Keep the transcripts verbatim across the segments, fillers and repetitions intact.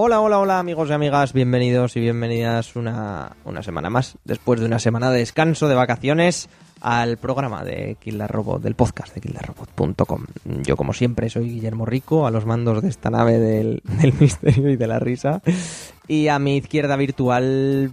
Hola, hola, hola amigos y amigas, bienvenidos y bienvenidas una, una semana más, después de una semana de descanso, de vacaciones, al programa de Kill the Robot, del podcast de kill the robot punto com. Yo, como siempre, soy Guillermo Rico, a los mandos de esta nave del, del misterio y de la risa. Y a mi izquierda virtual,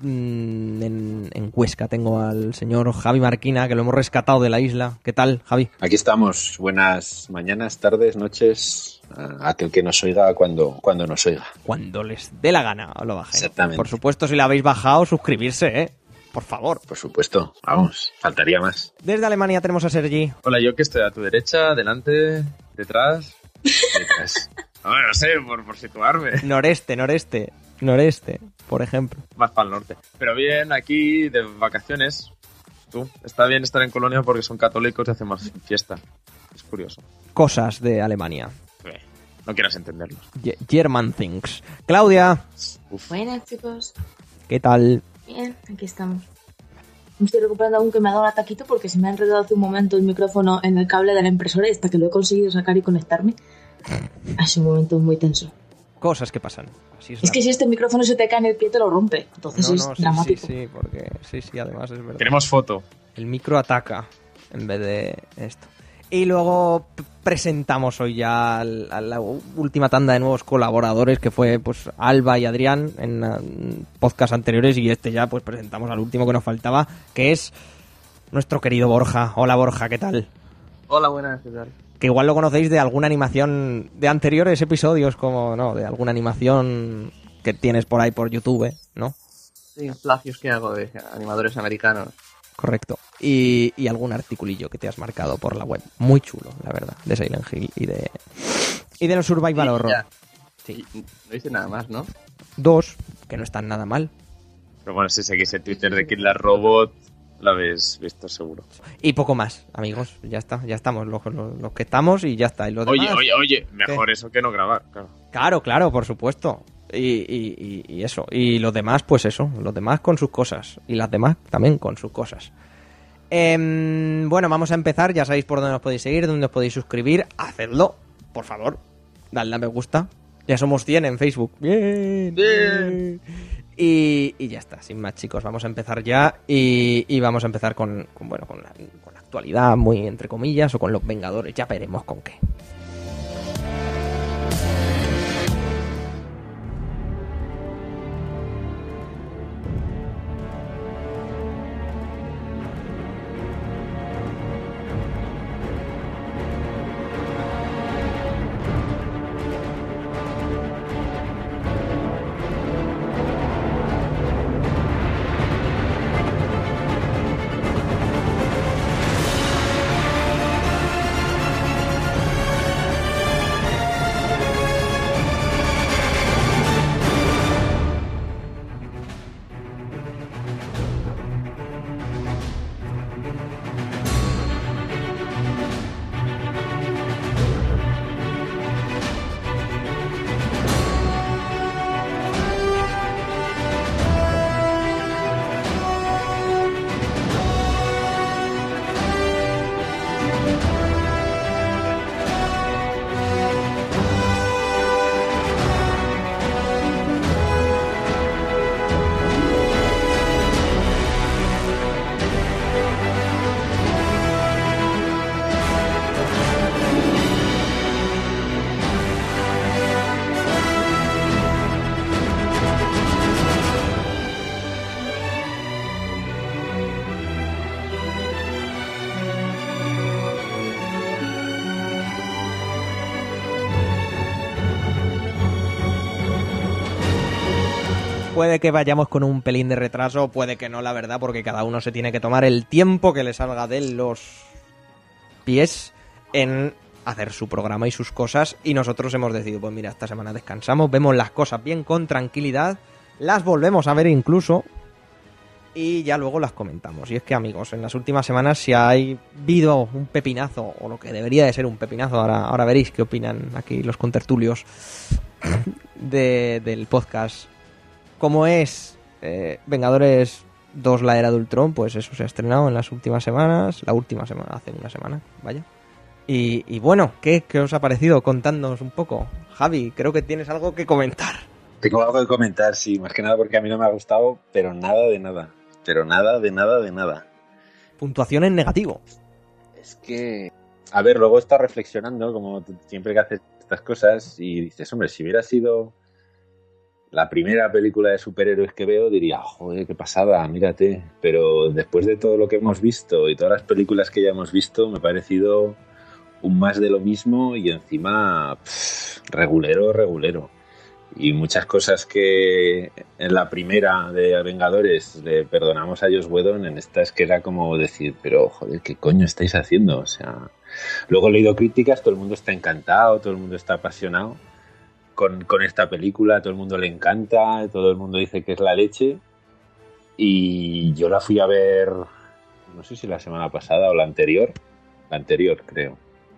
en, en Cuesca, tengo al señor Javi Marquina, que lo hemos rescatado de la isla. ¿Qué tal, Javi? Aquí estamos. Buenas mañanas, tardes, noches, a aquel que nos oiga cuando, cuando nos oiga. Cuando les dé la gana, lo bajen. Exactamente. Por supuesto, si la habéis bajado, suscribirse, ¿eh? Por favor. Por supuesto, vamos, faltaría más. Desde Alemania tenemos a Sergi. Hola, yo que estoy a tu derecha, delante, detrás, detrás. No, no sé, por, por situarme. Noreste, noreste, noreste, por ejemplo. Más para el norte. Pero bien, aquí de vacaciones. Tú, está bien estar en Colonia porque son católicos y hacen más fiesta. Es curioso. Cosas de Alemania. Eh, no quieras entenderlos. Ye- German things. Claudia. Uf. Buenas, chicos. ¿Qué tal? Bien, aquí estamos. Me estoy recuperando aún que me ha dado un ataquito porque se me ha enredado hace un momento el micrófono en el cable de la impresora y hasta que lo he conseguido sacar y conectarme. Ha sido un momento muy tenso. Cosas que pasan. Así es Es la- que si este micrófono se te cae en el pie te lo rompe. Entonces No, es no, sí, dramático. sí, sí, porque sí, sí, además es verdad. Queremos foto. El micro ataca en vez de esto. Y luego p- presentamos hoy ya al- a la última tanda de nuevos colaboradores, que fue pues Alba y Adrián en uh, podcasts anteriores, y este ya pues presentamos al último que nos faltaba, que es nuestro querido Borja. Hola Borja, ¿qué tal? Hola, buenas, ¿qué tal? Que igual lo conocéis de alguna animación de anteriores episodios, como no, de alguna animación que tienes por ahí por YouTube, ¿no? Sí, plagios que hago de animadores americanos. Correcto. Y, y algún articulillo que te has marcado por la web. Muy chulo, la verdad, de Silent Hill y de y de los Survival Sí, Horror. ya. Sí. Y no hice nada más, ¿no? Dos, que no están nada mal. Pero bueno, si seguís el Twitter de Kill the Robot, lo habéis visto seguro. Y poco más, amigos. Ya está, ya estamos. Los, los, los que estamos y ya está. Y los Oye, demás, oye, oye, mejor eso que no grabar, claro. Claro, claro, por supuesto. Y, y, y, y eso. Y los demás, pues eso. Los demás con sus cosas. Y las demás también con sus cosas. Em, bueno, vamos a empezar. Ya sabéis por dónde nos podéis seguir, dónde os podéis suscribir. Hacedlo, por favor. Dadle a me gusta. Ya somos cien en Facebook. Bien. Bien. Y, y ya está, sin más, chicos. Vamos a empezar ya. Y, y vamos a empezar con, con, bueno, con la, con la actualidad, muy entre comillas, o con los Vengadores. Ya veremos con qué. Puede que vayamos con un pelín de retraso, puede que no, la verdad, porque cada uno se tiene que tomar el tiempo que le salga de los pies en hacer su programa y sus cosas, y nosotros hemos decidido, pues mira, esta semana descansamos, vemos las cosas bien con tranquilidad, las volvemos a ver incluso, y ya luego las comentamos. Y es que, amigos, en las últimas semanas si ha habido un pepinazo, o lo que debería de ser un pepinazo, ahora, ahora veréis qué opinan aquí los contertulios de, del podcast, como es eh, Vengadores dos, la era de Ultron, pues eso se ha estrenado en las últimas semanas, la última semana, hace una semana, vaya. Y, y bueno, ¿qué, ¿qué os ha parecido? Contándonos un poco. Javi, creo que tienes algo que comentar. Tengo algo que comentar, sí, más que nada porque a mí no me ha gustado, pero nada de nada. Pero nada de nada de nada. Puntuación en negativo. Es que... A ver, luego estás reflexionando, como siempre que haces estas cosas, y dices, hombre, si hubiera sido la primera película de superhéroes que veo, diría, joder, qué pasada, mírate. Pero después de todo lo que hemos visto y todas las películas que ya hemos visto, me ha parecido un más de lo mismo y encima pff, regulero, regulero. Y muchas cosas que en la primera de Vengadores le perdonamos a Joss Whedon, en esta es que era como decir, pero joder, ¿qué coño estáis haciendo? O sea, luego he leído críticas, todo el mundo está encantado, todo el mundo está apasionado con, con esta película, todo el mundo le encanta, todo el mundo dice que es la leche. Y yo la fui a ver, no sé si la semana pasada o la anterior, la anterior creo.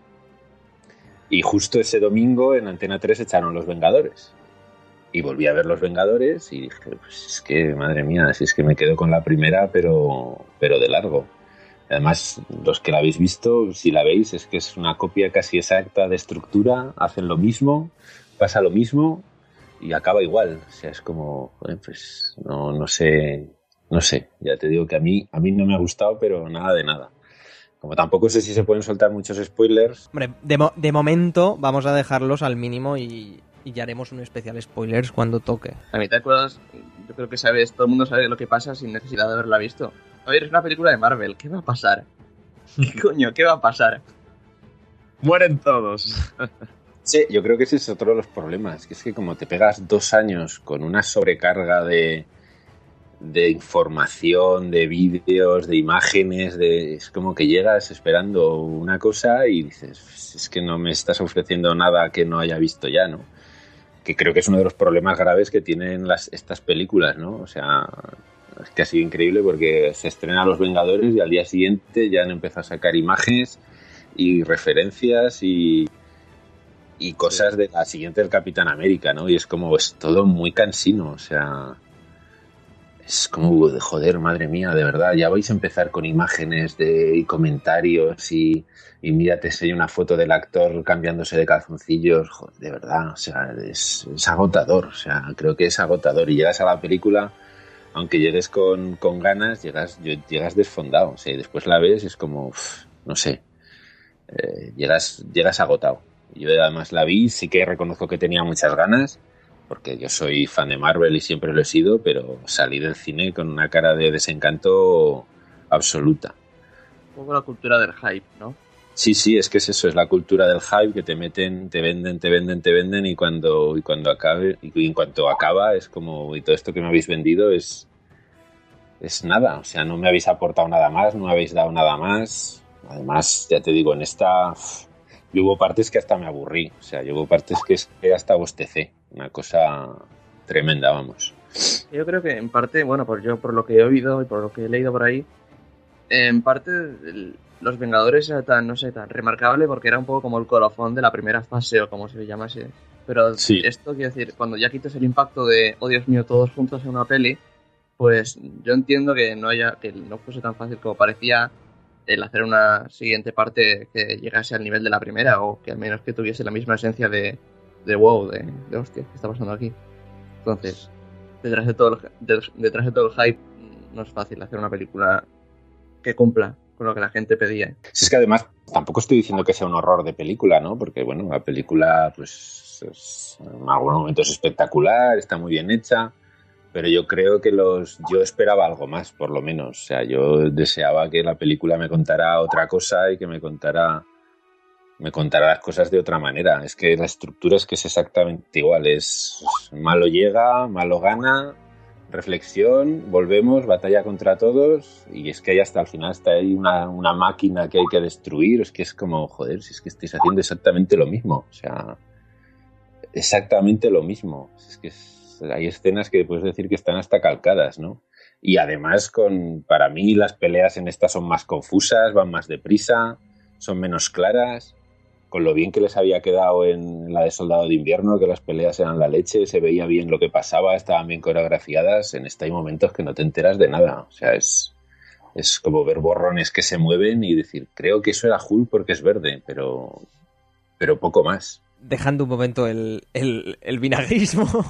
Y justo ese domingo en Antena tres echaron Los Vengadores. Y volví a ver Los Vengadores y dije, pues es que, madre mía, si es que me quedo con la primera, pero, pero de largo. Además, los que la habéis visto, si la veis, es que es una copia casi exacta de estructura, hacen lo mismo, pasa lo mismo y acaba igual. O sea, es como, joder, pues no, no sé, no sé. Ya te digo que a mí, a mí no me ha gustado, pero nada de nada. Como tampoco sé si se pueden soltar muchos spoilers. Hombre, de, mo- de momento vamos a dejarlos al mínimo y... Y ya haremos un especial spoilers cuando toque. A mí te acuerdas, yo creo que sabes, todo el mundo sabe lo que pasa sin necesidad de haberla visto. A ver, es una película de Marvel, ¿qué va a pasar? ¿Qué coño? ¿Qué va a pasar? Mueren todos. Sí, yo creo que ese es otro de los problemas, que es que como te pegas dos años con una sobrecarga de, de información, de vídeos, de imágenes, de, es como que llegas esperando una cosa y dices, pues es que no me estás ofreciendo nada que no haya visto ya, ¿no? Que creo que es uno de los problemas graves que tienen las, estas películas, ¿no? O sea, es que ha sido increíble porque se estrena Los Vengadores y al día siguiente ya han empezado a sacar imágenes y referencias y, y cosas sí. de la siguiente del Capitán América, ¿no? Y es como, es todo muy cansino, o sea... Es como, de joder, madre mía, de verdad, ya vais a empezar con imágenes de, y comentarios y, y mira, te enseño una foto del actor cambiándose de calzoncillos, joder, de verdad, o sea, es, es agotador, o sea, creo que es agotador y llegas a la película, aunque llegues con, con ganas, llegas, llegas desfondado, o sea, y después la ves y es como, uff, no sé, eh, llegas, llegas agotado. Yo además la vi, sí que reconozco que tenía muchas ganas, porque yo soy fan de Marvel y siempre lo he sido, pero salí del cine con una cara de desencanto absoluta. Un poco la cultura del hype, ¿no? Sí, sí, es que es eso, es la cultura del hype que te meten, te venden, te venden, te venden y cuando y cuando acabe y en cuanto acaba es como, y todo esto que me habéis vendido es es nada, o sea, no me habéis aportado nada más, no me habéis dado nada más. Además, ya te digo, en esta yo hubo partes que hasta me aburrí, o sea, yo hubo partes que, es que hasta bostecé. Una cosa tremenda, vamos. Yo creo que en parte, bueno, por yo por lo que he oído y por lo que he leído por ahí, en parte el, Los Vengadores era tan, no sé, tan remarcable porque era un poco como el colofón de la primera fase o como se le llamase. Pero sí. Esto quiere decir, cuando ya quitas el impacto de, oh Dios mío, todos juntos en una peli, pues yo entiendo que no haya, que no fuese tan fácil como parecía el hacer una siguiente parte que llegase al nivel de la primera o que al menos que tuviese la misma esencia de de wow, de, de hostia, ¿qué está pasando aquí? Entonces, detrás de todo el, de, detrás de todo el hype no es fácil hacer una película que cumpla con lo que la gente pedía. Si es que además tampoco estoy diciendo que sea un horror de película, ¿no? Porque bueno, la película pues es, en algunos momentos es espectacular, está muy bien hecha, pero yo creo que los yo esperaba algo más, por lo menos. O sea, yo deseaba que la película me contara otra cosa y que me contara me contará las cosas de otra manera. Es que la estructura es que es exactamente igual. Es malo llega, malo gana, reflexión, volvemos, batalla contra todos, y es que hay hasta el final está ahí una, una máquina que hay que destruir. Es que es como, joder, si es que estáis haciendo exactamente lo mismo. O sea, exactamente lo mismo. Es que es, hay escenas que puedes decir que están hasta calcadas, ¿no? Y además, con para mí, las peleas en esta son más confusas, van más deprisa, son menos claras. Con lo bien que les había quedado en la de Soldado de Invierno, que las peleas eran la leche, se veía bien lo que pasaba, estaban bien coreografiadas, en esta hay momentos que no te enteras de nada. O sea, es, es como ver borrones que se mueven y decir, creo que eso era Hulk porque es verde, pero, pero poco más. Dejando un momento el, el, el vinagrismo,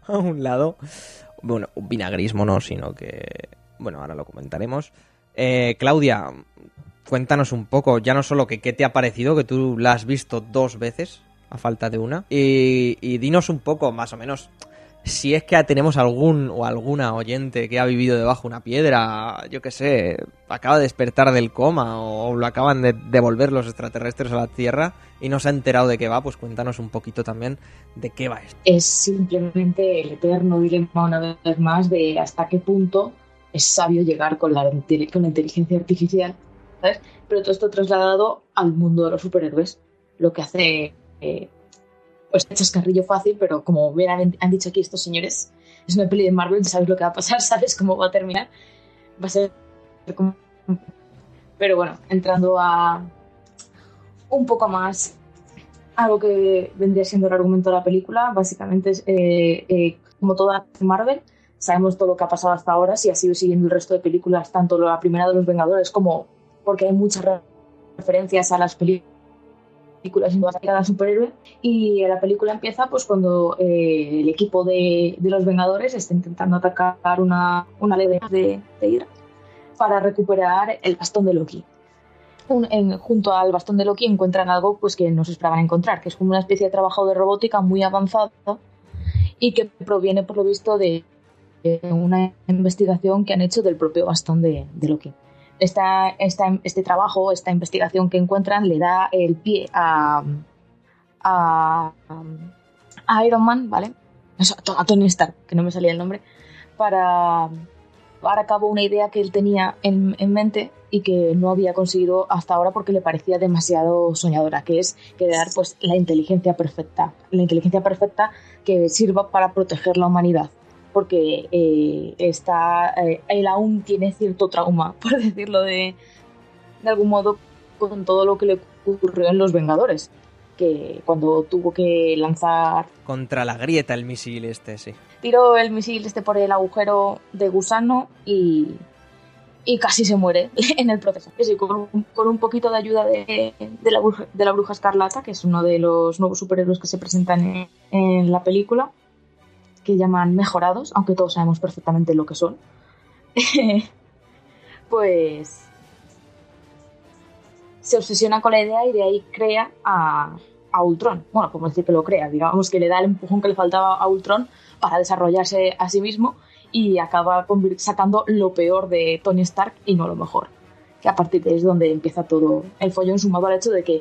a un lado. Bueno, un vinagrismo no, sino que... Bueno, ahora lo comentaremos. Eh, Claudia, cuéntanos un poco, ya no solo que qué te ha parecido, que tú la has visto dos veces, a falta de una, y, y dinos un poco, más o menos, si es que tenemos algún o alguna oyente que ha vivido debajo de una piedra, yo qué sé, acaba de despertar del coma o lo acaban de devolver los extraterrestres a la Tierra y no se ha enterado de qué va, pues cuéntanos un poquito también de qué va esto. Es simplemente el eterno dilema una vez más de hasta qué punto es sabio llegar con la, con la inteligencia artificial, ¿sabes? Pero todo esto trasladado al mundo de los superhéroes, lo que hace... Eh, pues chascarrillo fácil, pero como bien han, han dicho aquí estos señores, es una peli de Marvel, sabes lo que va a pasar, sabes cómo va a terminar, va a ser como... Pero bueno, entrando a un poco más algo que vendría siendo el argumento de la película, básicamente es eh, eh, como toda Marvel, sabemos todo lo que ha pasado hasta ahora, si ha sido siguiendo el resto de películas, tanto la primera de los Vengadores como porque hay muchas referencias a las películas películas de superhéroe, y la película empieza pues cuando eh, el equipo de, de los Vengadores está intentando atacar una, una ley de, de Hydra para recuperar el bastón de Loki. Un, en, junto al bastón de Loki encuentran algo pues que no se esperaban encontrar, que es como una especie de trabajo de robótica muy avanzado y que proviene por lo visto de, de una investigación que han hecho del propio bastón de, de Loki. Esta, esta, este trabajo, esta investigación que encuentran le da el pie a, a, a Iron Man, ¿vale? A Tony Stark, que no me salía el nombre, para llevar a cabo una idea que él tenía en, en mente y que no había conseguido hasta ahora porque le parecía demasiado soñadora, que es crear pues, la inteligencia perfecta, la inteligencia perfecta que sirva para proteger la humanidad. Porque eh, está, eh, él aún tiene cierto trauma, por decirlo de, de algún modo, con todo lo que le ocurrió en Los Vengadores, que cuando tuvo que lanzar... Contra la grieta el misil este, sí. Tiró el misil este por el agujero de gusano y, y casi se muere en el proceso. Sí, con, un, con un poquito de ayuda de, de, la bruja, de la Bruja Escarlata, que es uno de los nuevos superhéroes que se presentan en, en la película, que llaman mejorados, aunque todos sabemos perfectamente lo que son, pues se obsesiona con la idea y de ahí crea a, a Ultron. Bueno, como decir que lo crea, digamos que le da el empujón que le faltaba a Ultron para desarrollarse a sí mismo y acaba sacando lo peor de Tony Stark y no lo mejor. Que a partir de ahí es donde empieza todo el follón, sumado al hecho de que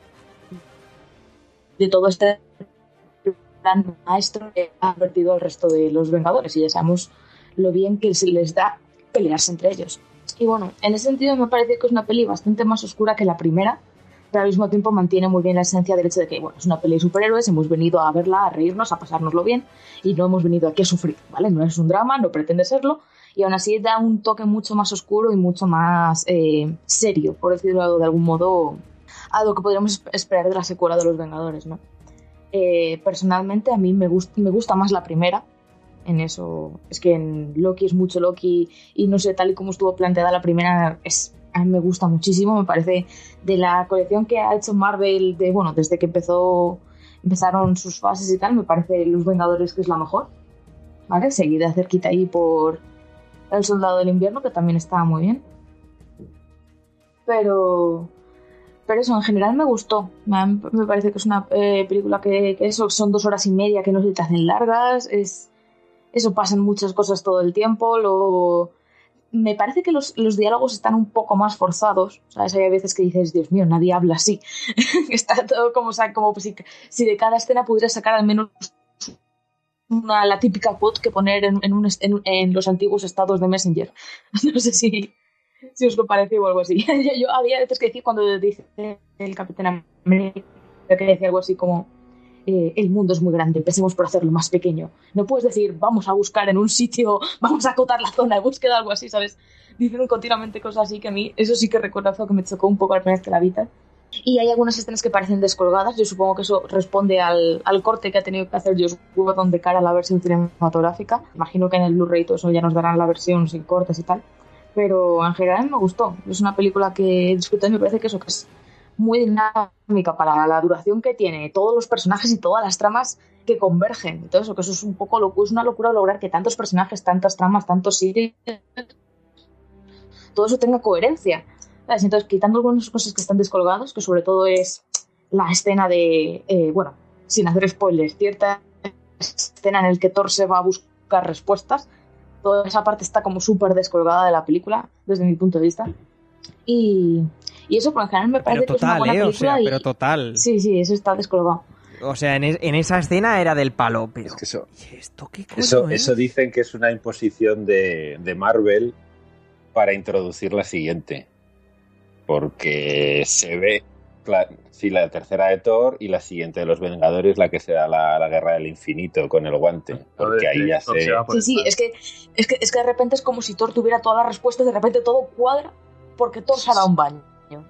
de todo este plan maestro que ha advertido al resto de los Vengadores y ya sabemos lo bien que se les da pelearse entre ellos. Y bueno, en ese sentido me parece que es una peli bastante más oscura que la primera, pero al mismo tiempo mantiene muy bien la esencia del hecho de que bueno, es una peli de superhéroes, hemos venido a verla, a reírnos, a pasárnoslo bien y no hemos venido aquí a sufrir, ¿vale? No es un drama, no pretende serlo y aún así da un toque mucho más oscuro y mucho más eh, serio, por decirlo de algún modo, a lo que podríamos esperar de la secuela de los Vengadores, ¿no? Eh, personalmente a mí me gusta, me gusta más la primera. En eso es que en Loki es mucho Loki y no sé, tal y como estuvo planteada la primera, es, a mí me gusta muchísimo. Me parece de la colección que ha hecho Marvel de, bueno, desde que empezó empezaron sus fases y tal, me parece Los Vengadores que es la mejor, ¿vale? Seguida cerquita ahí por El Soldado del Invierno, que también está muy bien, pero Pero eso, en general me gustó. Me, me parece que es una eh, película que, que eso, son dos horas y media que no se te hacen largas. Es, eso, pasan muchas cosas todo el tiempo. Lo, me parece que los, los diálogos están un poco más forzados. ¿Sabes? Hay veces que dices, Dios mío, nadie habla así. Está todo como, como si, si de cada escena pudieras sacar al menos una, la típica quote que poner en, en, un, en, en los antiguos estados de Messenger. No sé si... si os lo parece o algo así. yo, yo había veces que decir cuando dice el Capitán América que decía algo así como eh, el mundo es muy grande, empecemos por hacerlo más pequeño. No puedes decir vamos a buscar en un sitio, vamos a acotar la zona de búsqueda, algo así, ¿sabes? Dicen continuamente cosas así que a mí eso sí que recuerdo que me chocó un poco la primera vez que la vi. Y hay algunas escenas que parecen descolgadas. Yo supongo que eso responde al, al corte que ha tenido que hacer Joss Whedon de cara a la versión cinematográfica. Imagino que en el Blu-ray todo eso ya nos darán la versión sin cortes y tal. Pero en general me gustó. Es una película que disfruté y me parece que eso que es muy dinámica para la duración que tiene, todos los personajes y todas las tramas que convergen. Y todo eso, que eso es un poco loco, es una locura lograr que tantos personajes, tantas tramas, tantos sitios, todo eso tenga coherencia. ¿Sabes? Entonces, quitando algunas cosas que están descolgados, que sobre todo es la escena de, eh, bueno, sin hacer spoilers, cierta escena en la que Thor se va a buscar respuestas, toda esa parte está como súper descolgada de la película, desde mi punto de vista. Y, y eso, por en general, me parece pero total, que es una buena ¿eh? película. O sea, y, pero total. Sí, sí, eso está descolgado. O sea, en, es, en esa escena era del palo, pero... Es que eso, ¿y esto qué coño eso, es? eso dicen que es una imposición de, de Marvel para introducir la siguiente. Porque se ve, claro, sí, la tercera de Thor y la siguiente de los Vengadores, la que será la, la Guerra del Infinito con el guante. Porque ahí ya se... Sí, sí, es que, es, que, es que de repente es como si Thor tuviera todas las respuestas, de repente todo cuadra porque Thor se ha dado un baño.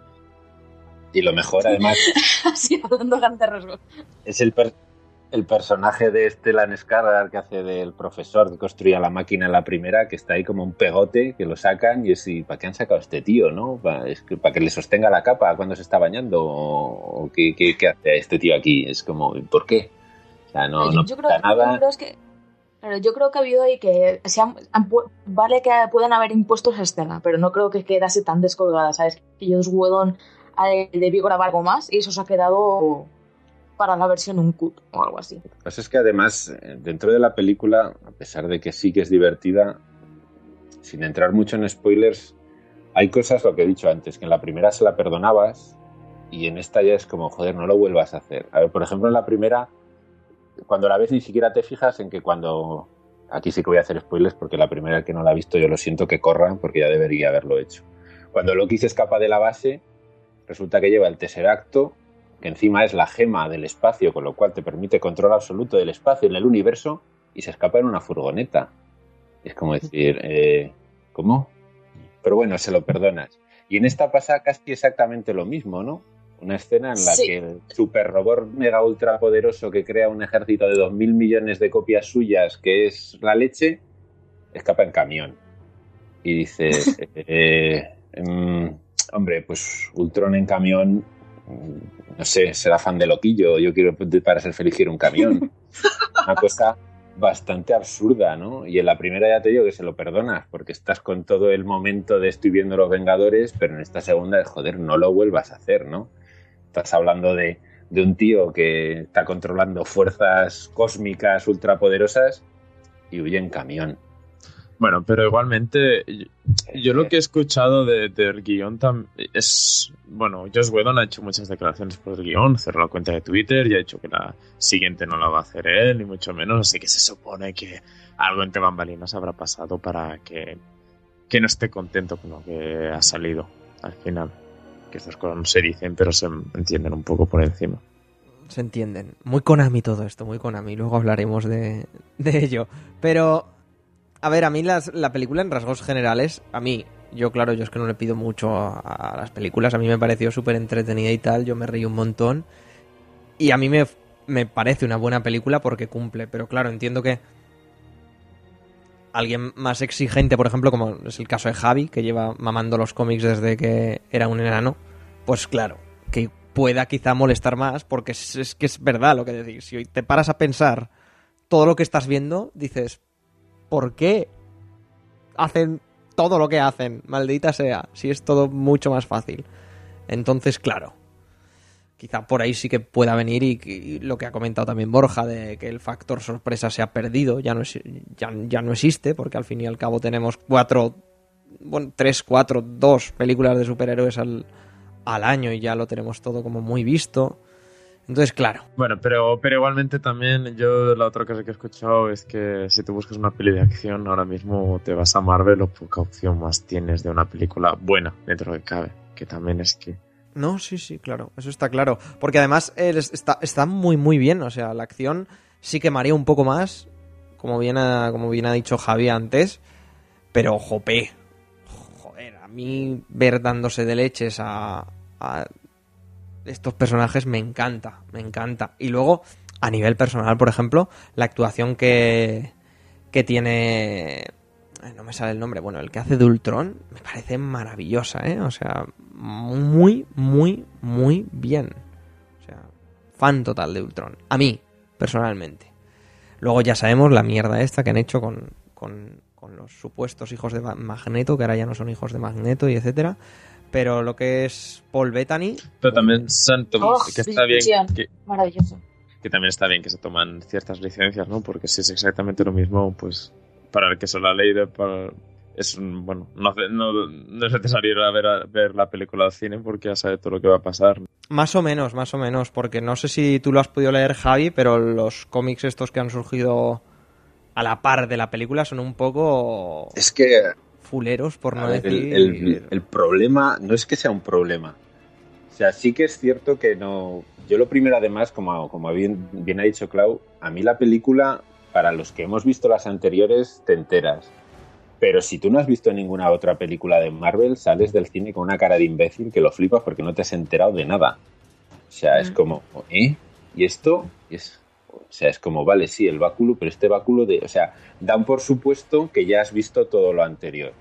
Y lo mejor, además... Así, hablando a grandes rasgos. Es el, per el personaje de Stellan Skarsgård que hace del profesor que construía la máquina en la primera, que está ahí como un pegote, que lo sacan y es y ¿para qué han sacado a este tío, no? ¿Para, es que, ¿para que le sostenga la capa cuando se está bañando? ¿O, o qué, qué, qué hace este tío aquí? Es como, ¿por qué? O sea, no, no yo, creo, nada. Yo creo, es que, claro, yo creo que ha habido ahí que se han, han, vale que puedan haber impuestos a escena, pero no creo que quedase tan descolgada, ¿sabes? Que Joss Whedon debió grabar algo más y eso se ha quedado para la versión uncut o algo así. Lo que pasa es que además, dentro de la película, a pesar de que sí que es divertida, sin entrar mucho en spoilers, hay cosas, lo que he dicho antes, que en la primera se la perdonabas y en esta ya es como, joder, no lo vuelvas a hacer. A ver, por ejemplo, en la primera, cuando la ves ni siquiera te fijas en que cuando... Aquí sí que voy a hacer spoilers porque la primera que no la ha visto yo lo siento que corran porque ya debería haberlo hecho. Cuando Loki se escapa de la base, resulta que lleva el Tesseracto, que encima es la gema del espacio, con lo cual te permite control absoluto del espacio en el universo, y se escapa en una furgoneta. Es como decir, eh, ¿cómo? Pero bueno, se lo perdonas. Y en esta pasa casi exactamente lo mismo, ¿no? Una escena en la sí. que el super robot mega ultra poderoso que crea un ejército de dos mil millones de copias suyas, que es la leche, escapa en camión. Y dices, eh, eh, hombre, pues Ultron en camión, no sé, será fan de Loquillo, yo quiero para ser feliz quiero un camión. Una cosa bastante absurda, ¿no? Y en la primera ya te digo que se lo perdonas, porque estás con todo el momento de estoy viendo Los Vengadores, pero en esta segunda, joder, no lo vuelvas a hacer, ¿no? Estás hablando de, de un tío que está controlando fuerzas cósmicas ultrapoderosas y huye en camión. Bueno, pero igualmente, yo, yo lo que he escuchado de, del guión es... Bueno, Joss Whedon ha hecho muchas declaraciones por el guión, cerró la cuenta de Twitter y ha dicho que la siguiente no la va a hacer él, ni mucho menos, así que se supone que algo entre bambalinas habrá pasado para que, que no esté contento con lo que ha salido al final. Que estas cosas no se dicen, pero se entienden un poco por encima. Se entienden. Muy Konami todo esto, muy Konami. Luego hablaremos de, de ello. Pero... A ver, a mí las, la película en rasgos generales, a mí, yo claro, yo es que no le pido mucho a, a las películas, a mí me pareció súper entretenida y tal, yo me reí un montón y a mí me, me parece una buena película porque cumple, pero claro, entiendo que alguien más exigente, por ejemplo, como es el caso de Javi, que lleva mamando los cómics desde que era un enano, pues claro, que pueda quizá molestar más porque es, es que es verdad lo que decís, si te paras a pensar todo lo que estás viendo, dices... ¿Por qué hacen todo lo que hacen? Maldita sea, si es todo mucho más fácil. Entonces, claro, quizá por ahí sí que pueda venir y, y lo que ha comentado también Borja, de que el factor sorpresa se ha perdido, ya no, es, ya, ya no existe, porque al fin y al cabo tenemos cuatro, bueno, tres, cuatro, dos películas de superhéroes al, al año y ya lo tenemos todo como muy visto. Entonces, claro. Bueno, pero, pero igualmente también yo la otra cosa que he escuchado es que si tú buscas una peli de acción ahora mismo te vas a Marvel o poca opción más tienes de una película buena dentro de cabe, que también es que... No, sí, sí, claro, eso está claro. Porque además eh, está, está muy, muy bien, o sea, la acción sí que marea un poco más, como bien ha, como bien ha dicho Javi antes, pero jope, joder, a mí ver dándose de leches a... a estos personajes me encanta, me encanta. Y luego, a nivel personal, por ejemplo, la actuación que, que tiene... No me sale el nombre. Bueno, el que hace de Ultron me parece maravillosa, ¿eh? O sea, muy, muy, muy bien. O sea, fan total de Ultron. A mí, personalmente. Luego ya sabemos la mierda esta que han hecho con, con, con los supuestos hijos de Magneto, que ahora ya no son hijos de Magneto y etcétera. Pero lo que es Paul Bettany... Pero también se tomado, Oh, que está bien... Que, maravilloso. que también está bien que se toman ciertas licencias, ¿no? Porque si es exactamente lo mismo, pues para el que se la ha leído, para, es bueno, no, no, no es necesario ir a ver, a ver la película al cine porque ya sabe todo lo que va a pasar. Más o menos, más o menos, porque no sé si tú lo has podido leer, Javi, pero los cómics estos que han surgido a la par de la película son un poco... Es que... fuleros, por no ver, decir... El, el, el problema no es que sea un problema. O sea, sí que es cierto que no... Yo lo primero, además, como, como bien, bien ha dicho Clau, a mí la película, para los que hemos visto las anteriores, te enteras. Pero si tú no has visto ninguna otra película de Marvel, sales del cine con una cara de imbécil que lo flipas porque no te has enterado de nada. O sea, mm. es como, ¿eh? ¿Y esto? Es... O sea, es como, vale, sí, el báculo, pero este báculo de... O sea, dan por supuesto que ya has visto todo lo anterior.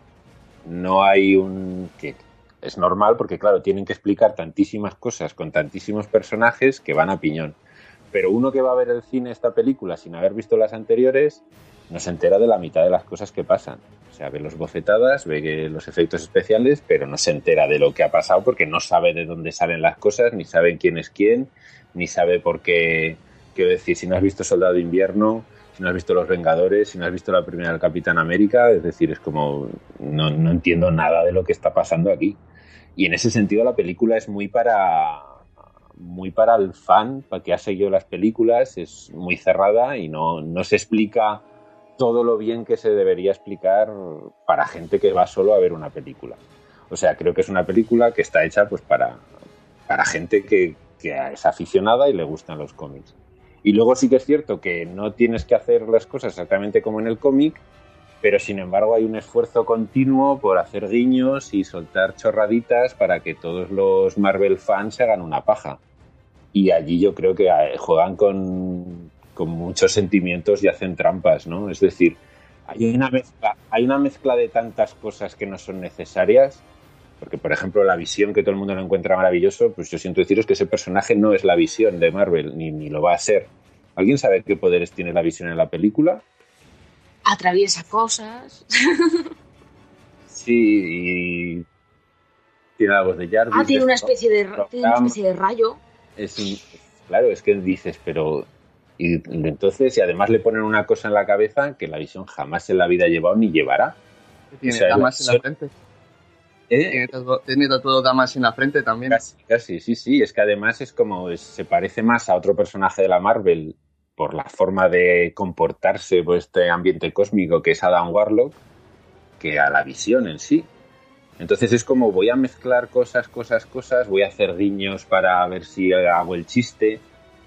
No hay un... que es normal porque, claro, tienen que explicar tantísimas cosas con tantísimos personajes que van a piñón. Pero uno que va a ver el cine esta película sin haber visto las anteriores no se entera de la mitad de las cosas que pasan. O sea, ve los bofetadas, ve los efectos especiales, pero no se entera de lo que ha pasado porque no sabe de dónde salen las cosas, ni sabe quién es quién, ni sabe por qué... Quiero decir, si no has visto Soldado de Invierno, si no has visto Los Vengadores, si no has visto la primera del Capitán América, es decir, es como... No, no entiendo nada de lo que está pasando aquí. Y en ese sentido la película es muy para... muy para el fan, para que ha seguido las películas, es muy cerrada y no, no se explica todo lo bien que se debería explicar para gente que va solo a ver una película. O sea, creo que es una película que está hecha pues para, para gente que, que es aficionada y le gustan los cómics. Y luego sí que es cierto que no tienes que hacer las cosas exactamente como en el cómic, pero sin embargo hay un esfuerzo continuo por hacer guiños y soltar chorraditas para que todos los Marvel fans se hagan una paja. Y allí yo creo que juegan con, con muchos sentimientos y hacen trampas, ¿no? Es decir, hay una mezcla, hay una mezcla de tantas cosas que no son necesarias, porque por ejemplo la Visión, que todo el mundo lo encuentra maravilloso, pues yo siento deciros que ese personaje no es la Visión de Marvel, ni, ni lo va a ser. ¿Alguien sabe qué poderes tiene la Visión en la película? Atraviesa cosas. Sí, y tiene la voz de Jarvis. Ah, tiene una especie de, tiene una especie de rayo. Es un, claro, es que dices, pero... Y entonces, y además le ponen una cosa en la cabeza que la Visión jamás en la vida ha llevado ni llevará. Tiene o sea, damas la... en la frente. ¿Eh? Tiene, todo, tiene todo damas en la frente también. Casi, casi, sí, sí. Es que además es como... Es, se parece más a otro personaje de la Marvel por la forma de comportarse por este ambiente cósmico que es Adam Warlock que a la Visión en sí. Entonces es como voy a mezclar cosas, cosas, cosas, voy a hacer guiños para ver si hago el chiste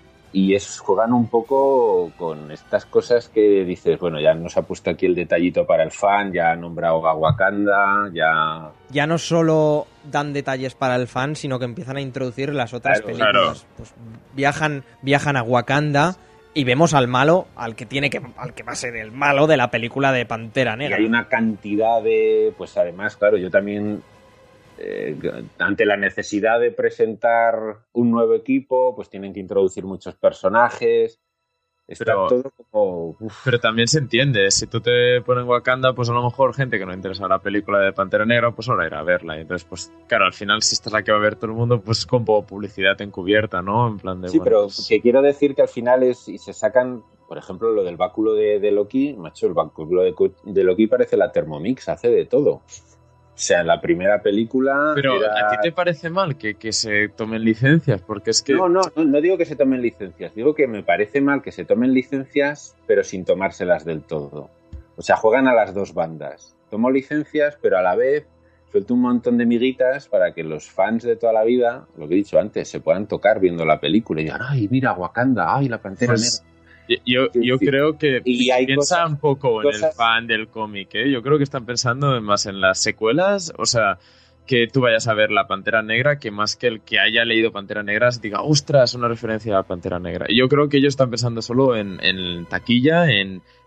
y es, juegan un poco con estas cosas que dices, bueno, ya nos ha puesto aquí el detallito para el fan, ya ha nombrado a Wakanda, ya... Ya no solo dan detalles para el fan, sino que empiezan a introducir las otras claro, películas. Claro. Pues viajan, viajan a Wakanda y vemos al malo, al que tiene que, al que va a ser el malo de la película de Pantera Negra. Y hay una cantidad de, pues además, claro, yo también eh, ante la necesidad de presentar un nuevo equipo, pues tienen que introducir muchos personajes. Está pero, todo como... Uf. Pero también se entiende, si tú te pones Wakanda, pues a lo mejor gente que no interesa la película de Pantera Negra, pues ahora irá a verla. Y entonces, pues claro, al final si esta es la que va a ver todo el mundo, pues con publicidad encubierta, ¿no? En plan de... Sí, bueno, pero pues... que quiero decir que al final es, y se sacan, por ejemplo, lo del báculo de, de Loki, macho, el báculo de, de Loki parece la Thermomix, hace de todo. O sea, en la primera película... Pero era... ¿a ti te parece mal que, que se tomen licencias? Porque es que... No, no, no, no digo que se tomen licencias. Digo que me parece mal que se tomen licencias, pero sin tomárselas del todo. O sea, juegan a las dos bandas. Tomo licencias, pero a la vez suelto un montón de miguitas para que los fans de toda la vida, lo que he dicho antes, se puedan tocar viendo la película y digan, ay, mira, Wakanda, ay, la Pantera pues... Negra. Yo, yo sí, creo que y hay piensa cosas, un poco en cosas... el fan del cómic, ¿eh? Yo creo que están pensando más en las secuelas, o sea, que tú vayas a ver la Pantera Negra, que más que el que haya leído Pantera Negra se diga, ostras, una referencia a la Pantera Negra. Y yo creo que ellos están pensando solo en, en taquilla, en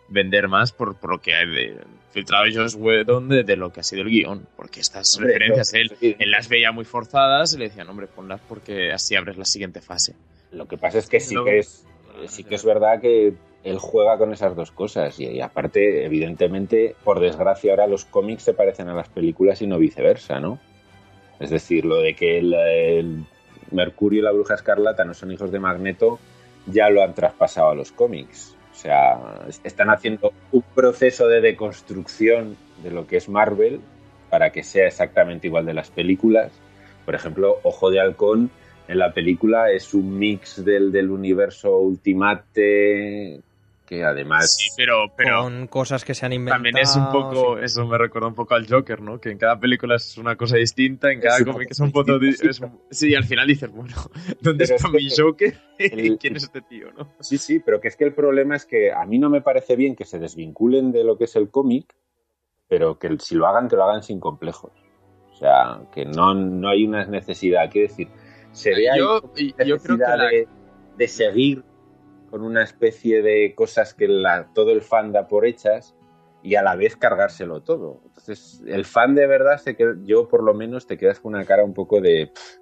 vender más por, por lo que ha de, filtrado Joss Whedon de, de lo que ha sido el guión, porque estas hombre, referencias no, él, sí. él las veía muy forzadas y le decían, hombre, ponlas porque así abres la siguiente fase. Lo que pasa es que sí que es, sí que es verdad que él juega con esas dos cosas y, y aparte, evidentemente, por desgracia ahora los cómics se parecen a las películas y no viceversa, ¿no? Es decir, lo de que el, el Mercurio y la Bruja Escarlata no son hijos de Magneto ya lo han traspasado a los cómics. O sea, están haciendo un proceso de deconstrucción de lo que es Marvel para que sea exactamente igual de las películas. Por ejemplo, Ojo de Halcón en la película es un mix del, del universo Ultimate que además... Sí, pero, pero... Con cosas que se han inventado... También es un poco... Sí. Eso me recuerda un poco al Joker, ¿no? Que en cada película es una cosa distinta, en cada cómic es un poco... Di- es un... Sí, al final dices, bueno, ¿dónde pero está es mi Joker? El... ¿Quién es este tío, no? Sí, sí, pero que es que el problema es que a mí no me parece bien que se desvinculen de lo que es el cómic, pero que si lo hagan, que lo hagan sin complejos. O sea, que no, no hay una necesidad. Quiero decir, se ve ahí yo, yo creo que la... de, de seguir con una especie de cosas que la, todo el fan da por hechas y a la vez cargárselo todo. Entonces, el fan de verdad, se queda, yo por lo menos te quedas con una cara un poco de... Pff,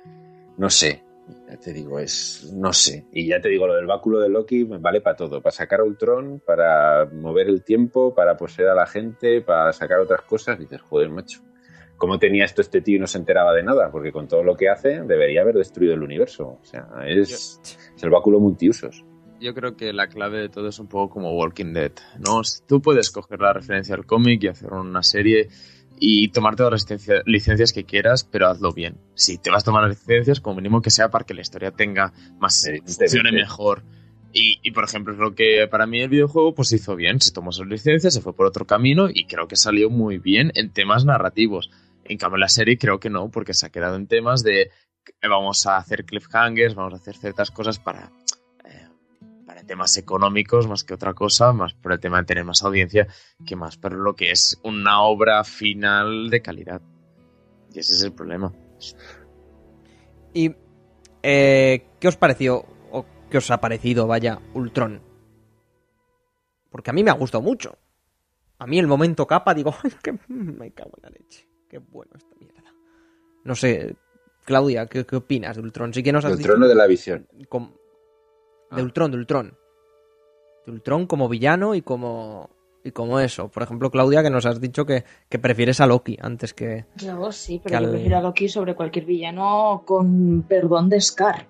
no sé, ya te digo, es... no sé. Y ya te digo, lo del báculo de Loki me vale para todo. Para sacar a Ultron, para mover el tiempo, para poseer a la gente, para sacar otras cosas. Y dices, joder, macho, ¿cómo tenía esto este tío y no se enteraba de nada? Porque con todo lo que hace debería haber destruido el universo. O sea, es, es el báculo multiusos. Yo creo que la clave de todo es un poco como Walking Dead, ¿no? Tú puedes coger la referencia al cómic y hacer una serie y tomar todas las licencias, licencias que quieras, pero hazlo bien. Si te vas a tomar las licencias, como mínimo que sea para que la historia tenga más, funcione mejor. Y, y, por ejemplo, es lo que para mí el videojuego pues hizo bien. Se tomó sus licencias, se fue por otro camino y creo que salió muy bien en temas narrativos. En cambio, la serie creo que no, porque se ha quedado en temas de vamos a hacer cliffhangers, vamos a hacer ciertas cosas para... temas económicos más que otra cosa, más por el tema de tener más audiencia que más por lo que es una obra final de calidad. Y ese es el problema. ¿Y eh, qué os pareció, o qué os ha parecido, vaya, Ultron? Porque a mí me ha gustado mucho. A mí el momento capa, digo, que me cago en la leche. Qué bueno esta mierda. No sé, Claudia, ¿qué, qué opinas de Ultron? Sí que nos has ¿De Ultron o de la visión? Con... De Ultron, de Ultron. De Ultron como villano y como y como eso. Por ejemplo, Claudia, que nos has dicho que, que prefieres a Loki antes que... Yo sí, pero yo al... prefiero a Loki sobre cualquier villano con perdón de Scar.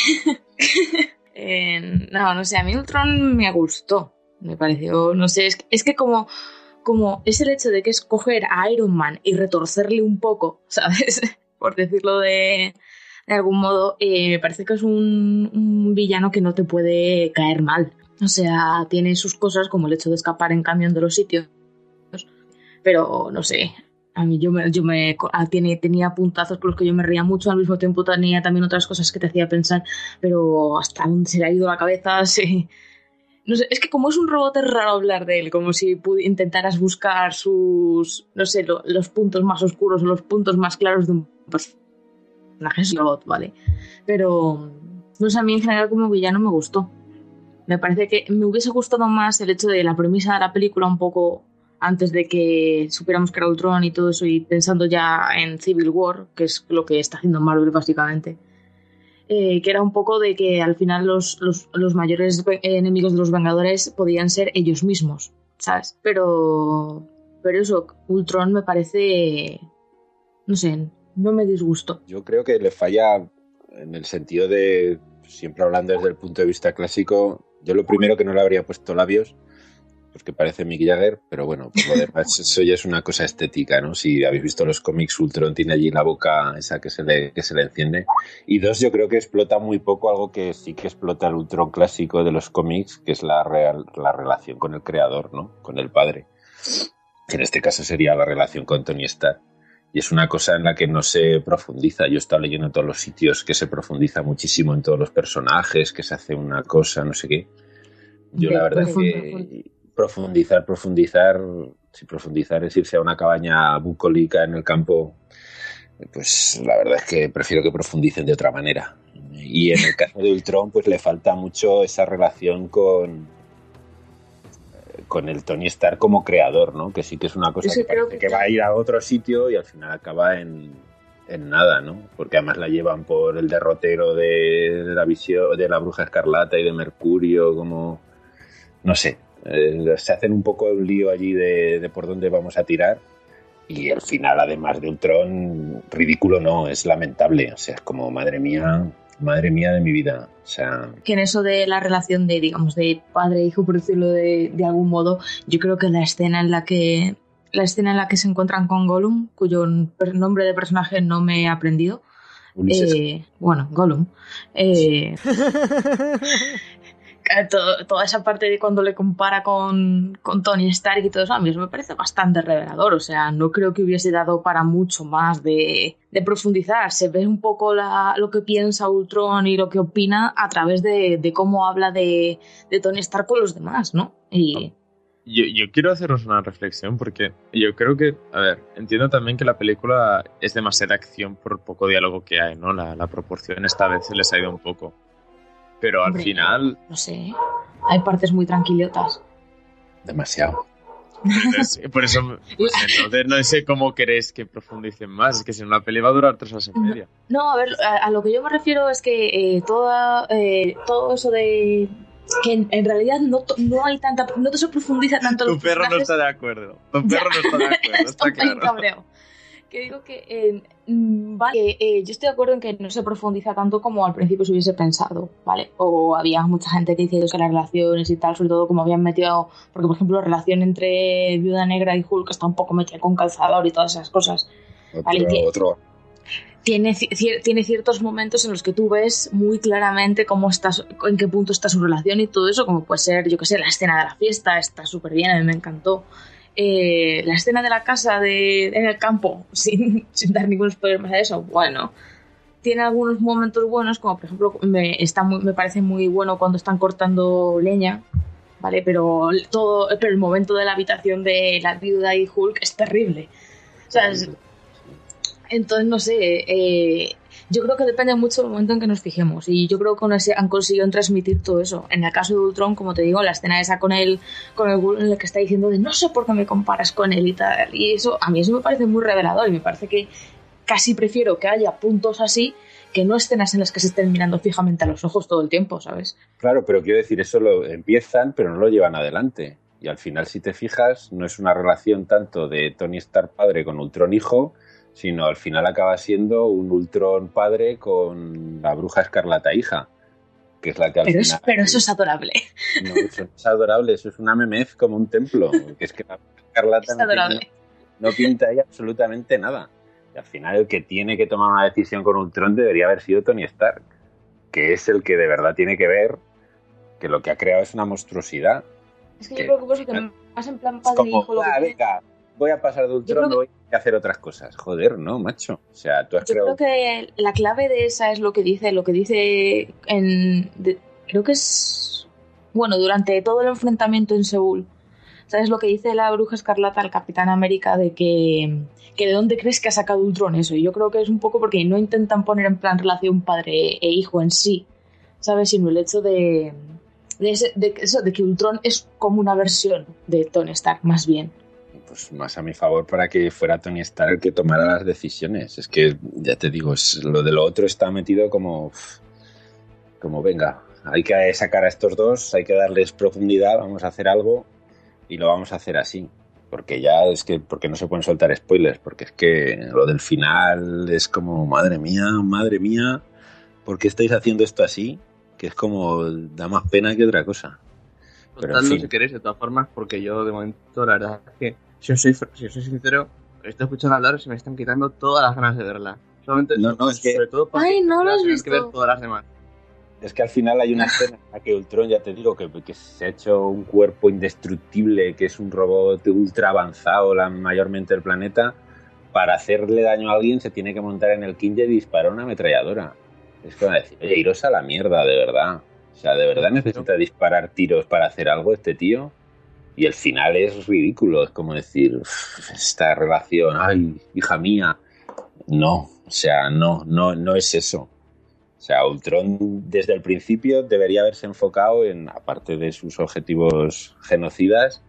eh, no, no sé, a mí Ultron me gustó. Me pareció, no sé, es, es que como, como es el hecho de que es coger a Iron Man y retorcerle un poco, ¿sabes? Por decirlo de... de algún modo, eh, me parece que es un, un villano que no te puede caer mal. O sea, tiene sus cosas como el hecho de escapar en camión de los sitios. Pero, no sé, a mí yo me, yo me tiene, tenía puntazos con los que yo me reía mucho, al mismo tiempo tenía también otras cosas que te hacía pensar, pero hasta dónde se le ha ido la cabeza, sí. No sé, es que como es un robot es raro hablar de él, como si intentaras buscar sus, no sé, lo, los puntos más oscuros o los puntos más claros de un personaje. Es robot, ¿vale? Pero, no sé, a mí en general como villano me gustó. Me parece que me hubiese gustado más el hecho de la premisa de la película un poco antes de que supiéramos que era Ultron y todo eso, y pensando ya en Civil War, que es lo que está haciendo Marvel básicamente, eh, que era un poco de que al final los, los, los mayores enemigos de los Vengadores podían ser ellos mismos, ¿sabes? Pero, pero eso, Ultron me parece, no sé, no me disgustó. Yo creo que le falla en el sentido de, siempre hablando desde el punto de vista clásico, yo lo primero que no le habría puesto labios, porque parece Mick Jagger, pero bueno, por lo demás eso ya es una cosa estética, ¿no? Si habéis visto los cómics, Ultron tiene allí la boca esa que se le, que se le enciende. Y dos, yo creo que explota muy poco algo que sí que explota el Ultron clásico de los cómics, que es la, real, la relación con el creador, ¿no? Con el padre. Que en este caso sería la relación con Tony Stark. Y es una cosa en la que no se profundiza. Yo he estado leyendo en todos los sitios que se profundiza muchísimo en todos los personajes, que se hace una cosa, no sé qué. Yo la verdad es que profundizar, profundizar, si profundizar es irse a una cabaña bucólica en el campo, pues la verdad es que prefiero que profundicen de otra manera. Y en el caso de Ultron, pues le falta mucho esa relación con... con el Tony Stark como creador, ¿no? Que sí que es una cosa sí, que parece que, que va a ir a otro sitio y al final acaba en, en nada, ¿no? Porque además la llevan por el derrotero de, de la visión, de la Bruja Escarlata y de Mercurio, como... No sé, eh, se hacen un poco el lío allí de, de por dónde vamos a tirar. Y el final, además de Ultron, ridículo no, es lamentable. O sea, es como, madre mía, madre mía de mi vida. O sea... Que en eso de la relación de, digamos, de padre e hijo, por decirlo de, de algún modo, yo creo que la escena en la que la escena en la que se encuentran con Gollum, cuyo nombre de personaje no me he aprendido. Eh, bueno, Gollum. Eh, Todo, toda esa parte de cuando le compara con, con Tony Stark y todo eso, a mí eso me parece bastante revelador. O sea, no creo que hubiese dado para mucho más de, de profundizar. Se ve un poco la, lo que piensa Ultron y lo que opina a través de, de cómo habla de, de Tony Stark con los demás, ¿no? Y... Yo, yo quiero haceros una reflexión porque yo creo que, a ver, entiendo también que la película es demasiada acción por poco diálogo que hay, ¿no? La, la proporción esta vez se les ha ido un poco. Pero al Hombre, final... No sé, hay partes muy tranquilotas. Demasiado. Entonces, por eso, pues, entonces no sé cómo queréis que profundicen más. Es que si no, la peli va a durar tres horas y media. No, a ver, a, a lo que yo me refiero es que eh, toda, eh, todo eso de... que en, en realidad no, no hay tanta... No te se profundiza tanto Tu los perro personajes. no está de acuerdo. Tu perro no está de acuerdo, está claro. Cabreo. Que digo que, eh, vale, eh, yo estoy de acuerdo en que no se profundiza tanto como al principio se hubiese pensado, ¿vale? O había mucha gente que decía que las relaciones y tal, sobre todo como habían metido, porque por ejemplo la relación entre Viuda Negra y Hulk está un poco metida con calzador y todas esas cosas. Otro, ¿Vale? Tiene, otro. Tiene, cier, tiene ciertos momentos en los que tú ves muy claramente cómo está, en qué punto está su relación y todo eso, como puede ser, yo qué sé, la escena de la fiesta, está súper bien, a mí me encantó. Eh, la escena de la casa de, en el campo, sin, sin dar ningún spoiler más de eso, bueno, tiene algunos momentos buenos, como por ejemplo, me, está muy, me parece muy bueno cuando están cortando leña, ¿vale? Pero, todo, pero el momento de la habitación de la viuda y Hulk es terrible. O sea, es, entonces, no sé, eh, yo creo que depende mucho del momento en que nos fijemos y yo creo que han conseguido transmitir todo eso. En el caso de Ultron, como te digo, la escena esa con el con el, en el que está diciendo de no sé por qué me comparas con él y tal, y eso a mí eso me parece muy revelador y me parece que casi prefiero que haya puntos así que no escenas en las que se estén mirando fijamente a los ojos todo el tiempo, ¿sabes? Claro, pero quiero decir, eso lo empiezan pero no lo llevan adelante y al final, si te fijas, no es una relación tanto de Tony Stark padre con Ultron hijo, sino al final acaba siendo un Ultron padre con la Bruja Escarlata hija, que es la que al pero final... Es, pero eso es adorable. No, eso no es adorable, eso es una memez como un templo, que es que la Bruja Escarlata es adorable. No, no pinta ahí absolutamente nada. Y al final el que tiene que tomar una decisión con Ultron debería haber sido Tony Stark, que es el que de verdad tiene que ver que lo que ha creado es una monstruosidad. Es que, que yo creo que por eso que más en plan padre como, hijo lo ah, que venga, voy a pasar de Ultron, que... voy a hacer otras cosas. Joder, no, macho. O sea, tú has Yo creado... creo que la clave de esa es lo que dice, lo que dice en... De, creo que es... Bueno, durante todo el enfrentamiento en Seúl. ¿Sabes lo que dice la Bruja Escarlata al Capitán América de que, que de dónde crees que ha sacado Ultron eso? Y yo creo que es un poco porque no intentan poner en plan relación padre e hijo en sí, ¿sabes? Sino el hecho de... De, ese, de, eso, de que Ultron es como una versión de Tony Stark, más bien. Pues más a mi favor para que fuera Tony Stark el que tomara las decisiones. Es que, ya te digo, es, lo de lo otro está metido como... Como, venga, hay que sacar a estos dos, hay que darles profundidad, vamos a hacer algo y lo vamos a hacer así. Porque ya es que... Porque no se pueden soltar spoilers, porque es que lo del final es como, madre mía, madre mía, ¿por qué estáis haciendo esto así? Que es como, da más pena que otra cosa. Pero en fin. Si queréis, de todas formas, porque yo de momento la verdad es que si os soy, si os soy sincero, estoy escuchando hablar y se me están quitando todas las ganas de verla. Solamente, no, no, es que... sobre todo porque Ay, no lo has visto. Que ver todas las demás. Es que al final hay una escena en la que Ultron, ya te digo, que, que se ha hecho un cuerpo indestructible, que es un robot ultra avanzado, la, mayormente del planeta. Para hacerle daño a alguien se tiene que montar en el Kinje y disparar una ametralladora. Es como decir, oye, iros a la mierda, de verdad. O sea, ¿de verdad necesita disparar tiros para hacer algo este tío? Y el final es ridículo. Es como decir, esta relación, ay, hija mía. No, o sea, no, no, no es eso. O sea, Ultron desde el principio debería haberse enfocado en, aparte de sus objetivos genocidas,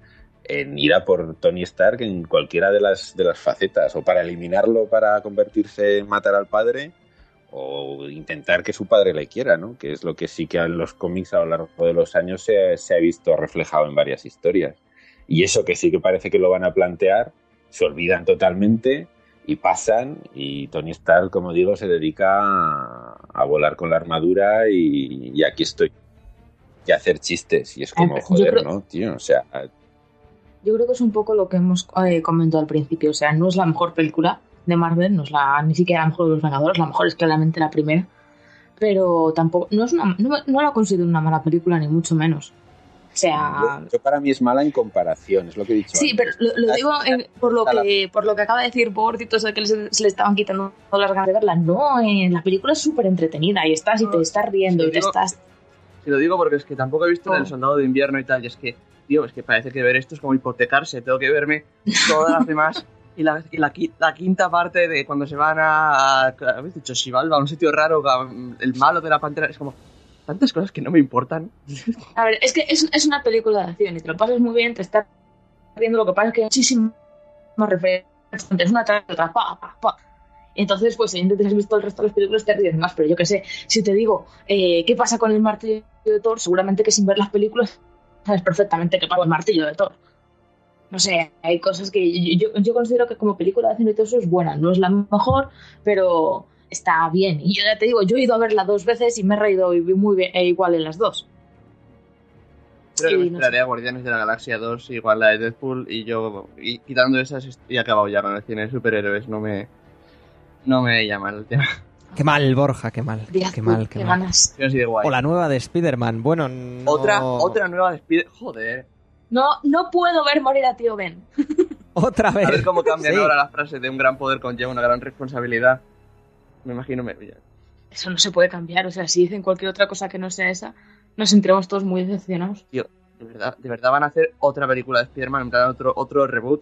en ir a por Tony Stark en cualquiera de las, de las facetas, o para eliminarlo para convertirse en matar al padre, o intentar que su padre le quiera, ¿no? Que es lo que sí que en los cómics a lo largo de los años se, se ha visto reflejado en varias historias. Y eso que sí que parece que lo van a plantear, se olvidan totalmente y pasan, y Tony Stark, como digo, se dedica a, a volar con la armadura y, y aquí estoy. Y a hacer chistes, y es como, joder, creo... ¿no, tío? O sea... Yo creo que es un poco lo que hemos eh, comentado al principio. O sea, no es la mejor película de Marvel, no es la, ni siquiera la mejor de los Vengadores, la mejor es claramente la primera. Pero tampoco, no es una, no, no la considero una mala película, ni mucho menos. O sea... Yo, yo para mí es mala en comparación, es lo que he dicho Sí, antes. pero lo, lo digo en, por, lo que, por lo que acaba de decir Bortito, eso de que se, se le estaban quitando todas las ganas de verla. No, eh, la película es súper entretenida y estás y te estás riendo sí, y te digo, estás... Si lo digo porque es que tampoco he visto oh. El Soldado de Invierno y tal, y es que, tío, es que parece que ver esto es como hipotecarse, tengo que verme todas las demás... Y, la, y la, la quinta parte de cuando se van a, a ¿habéis dicho? Xibalba, a un sitio raro, el malo de la pantera, es como tantas cosas que no me importan. A ver, es que es, es una película de acción y te lo pasas muy bien, te estás viendo, lo que pasa es que hay muchísimas referencias, es una tras otra, pa, pa, pa. Entonces, pues, si te has visto el resto de las películas te ríes más, pero yo qué sé, si te digo, eh, ¿qué pasa con el martillo de Thor? Seguramente que sin ver las películas sabes perfectamente qué pasa con el martillo de Thor. No sé, hay cosas que yo, yo considero que como película de acción y todo eso es buena. No es la mejor, pero está bien. Y yo ya te digo, yo he ido a verla dos veces y me he reído muy bien, e igual en las dos. Creo que me esperaré no sé. a Guardianes de la Galaxia dos, igual la de Deadpool, y yo, y quitando esas, y he acabado ya con el cine de superhéroes. No me, no me llama el tema. Qué mal, Borja, qué mal. Deadpool, qué mal, qué, qué mal. Ganas. O la nueva de Spider-Man. Bueno, no... Otra, otra nueva de Spider-Man. Joder. No, no puedo ver morir a tío Ben. Otra vez. A ver cómo cambian sí. ahora la frase de un gran poder conlleva una gran responsabilidad. Me imagino... Me... Eso no se puede cambiar. O sea, si dicen cualquier otra cosa que no sea esa, nos sentiremos todos muy decepcionados. Tío, ¿de verdad, de verdad van a hacer otra película de Spider-Man? ¿En plan otro, otro reboot?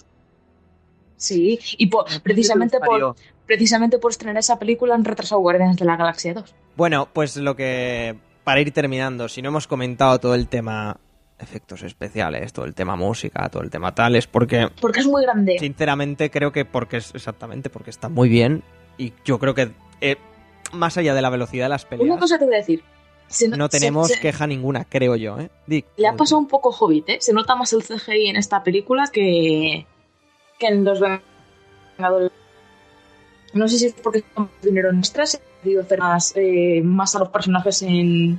Sí, y por, precisamente, por, precisamente por estrenar esa película han retrasado Guardianes de la Galaxia dos. Bueno, pues lo que... Para ir terminando, si no hemos comentado todo el tema... efectos especiales, todo el tema música, todo el tema tal, es porque... Porque es muy grande. Sinceramente creo que porque es exactamente porque está muy bien y yo creo que eh, más allá de la velocidad de las peleas... Una cosa te voy a decir. No, no tenemos se, se, queja ninguna, creo yo, ¿eh? Dick, le ha pasado un poco Hobbit, ¿eh? Se nota más el C G I en esta película que, que en Los Vengadores. No sé si es porque estamos dinero en extras, he podido hacer más, eh, más a los personajes en,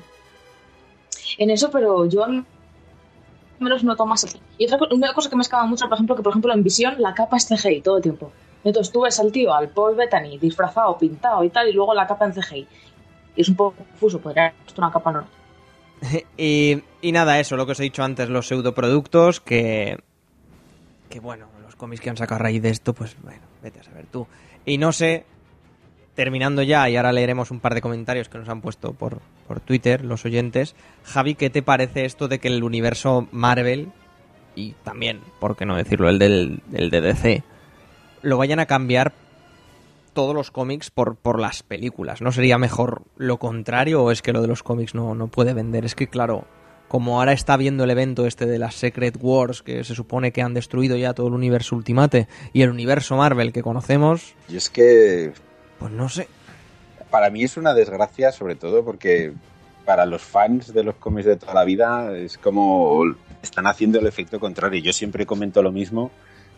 en eso, pero yo... me los noto más así. Y otra una cosa que me escapa mucho, por ejemplo, que por ejemplo en Visión la capa es C G I todo el tiempo. Entonces tú ves al tío, al Paul Bettany, disfrazado, pintado y tal, y luego la capa en C G I. Y es un poco confuso, podría haber puesto una capa normal. y, y nada, eso, lo que os he dicho antes, los pseudoproductos, que... que bueno, los cómics que han sacado a raíz de esto, pues bueno, vete a saber tú. Y no sé... Terminando ya, y ahora leeremos un par de comentarios que nos han puesto por, por Twitter los oyentes. Javi, ¿qué te parece esto de que el universo Marvel, y también, por qué no decirlo, el del, del de D C, lo vayan a cambiar todos los cómics por, por las películas? ¿No sería mejor lo contrario o es que lo de los cómics no, no puede vender? Es que claro, como ahora está viendo el evento este de las Secret Wars, que se supone que han destruido ya todo el universo Ultimate, y el universo Marvel que conocemos... Y es que... Pues no sé. Para mí es una desgracia, sobre todo porque para los fans de los cómics de toda la vida es como están haciendo el efecto contrario. Yo siempre comento lo mismo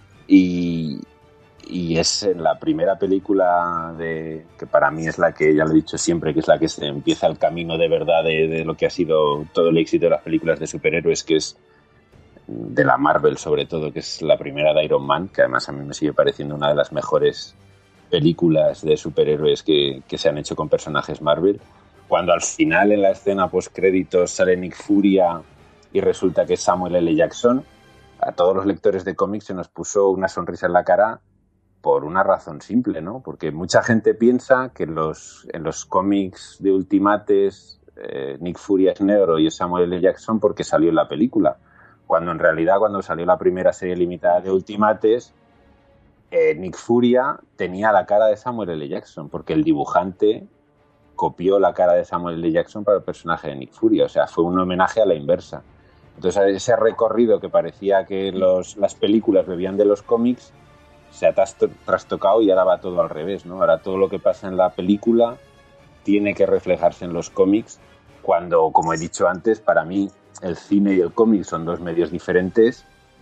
y, y es en la primera película de que para mí es la que, ya lo he dicho siempre, que es la que se empieza el camino de verdad de, de lo que ha sido todo el éxito de las películas de superhéroes, que es de la Marvel sobre todo, que es la primera de Iron Man, que además a mí me sigue pareciendo una de las mejores películas de superhéroes que, que se han hecho con personajes Marvel. Cuando al final en la escena post créditos sale Nick Furia y resulta que es Samuel L. Jackson, a todos los lectores de cómics se nos puso una sonrisa en la cara por una razón simple, ¿no? Porque mucha gente piensa que los, en los cómics de Ultimates eh, Nick Furia es negro y es Samuel L. Jackson porque salió en la película, cuando en realidad cuando salió la primera serie limitada de Ultimates Eh, Nick Furia tenía la cara de Samuel L. Jackson, porque el dibujante copió la cara de Samuel L. Jackson para el personaje de Nick Furia, o sea, fue un homenaje a la inversa. Entonces ese recorrido que parecía que los, las películas bebían de los cómics se ha trastocado y ahora va todo al revés, ¿no? Ahora todo lo que pasa en la película tiene que reflejarse en los cómics, cuando, como he dicho antes, para mí el cine y el cómic son dos medios diferentes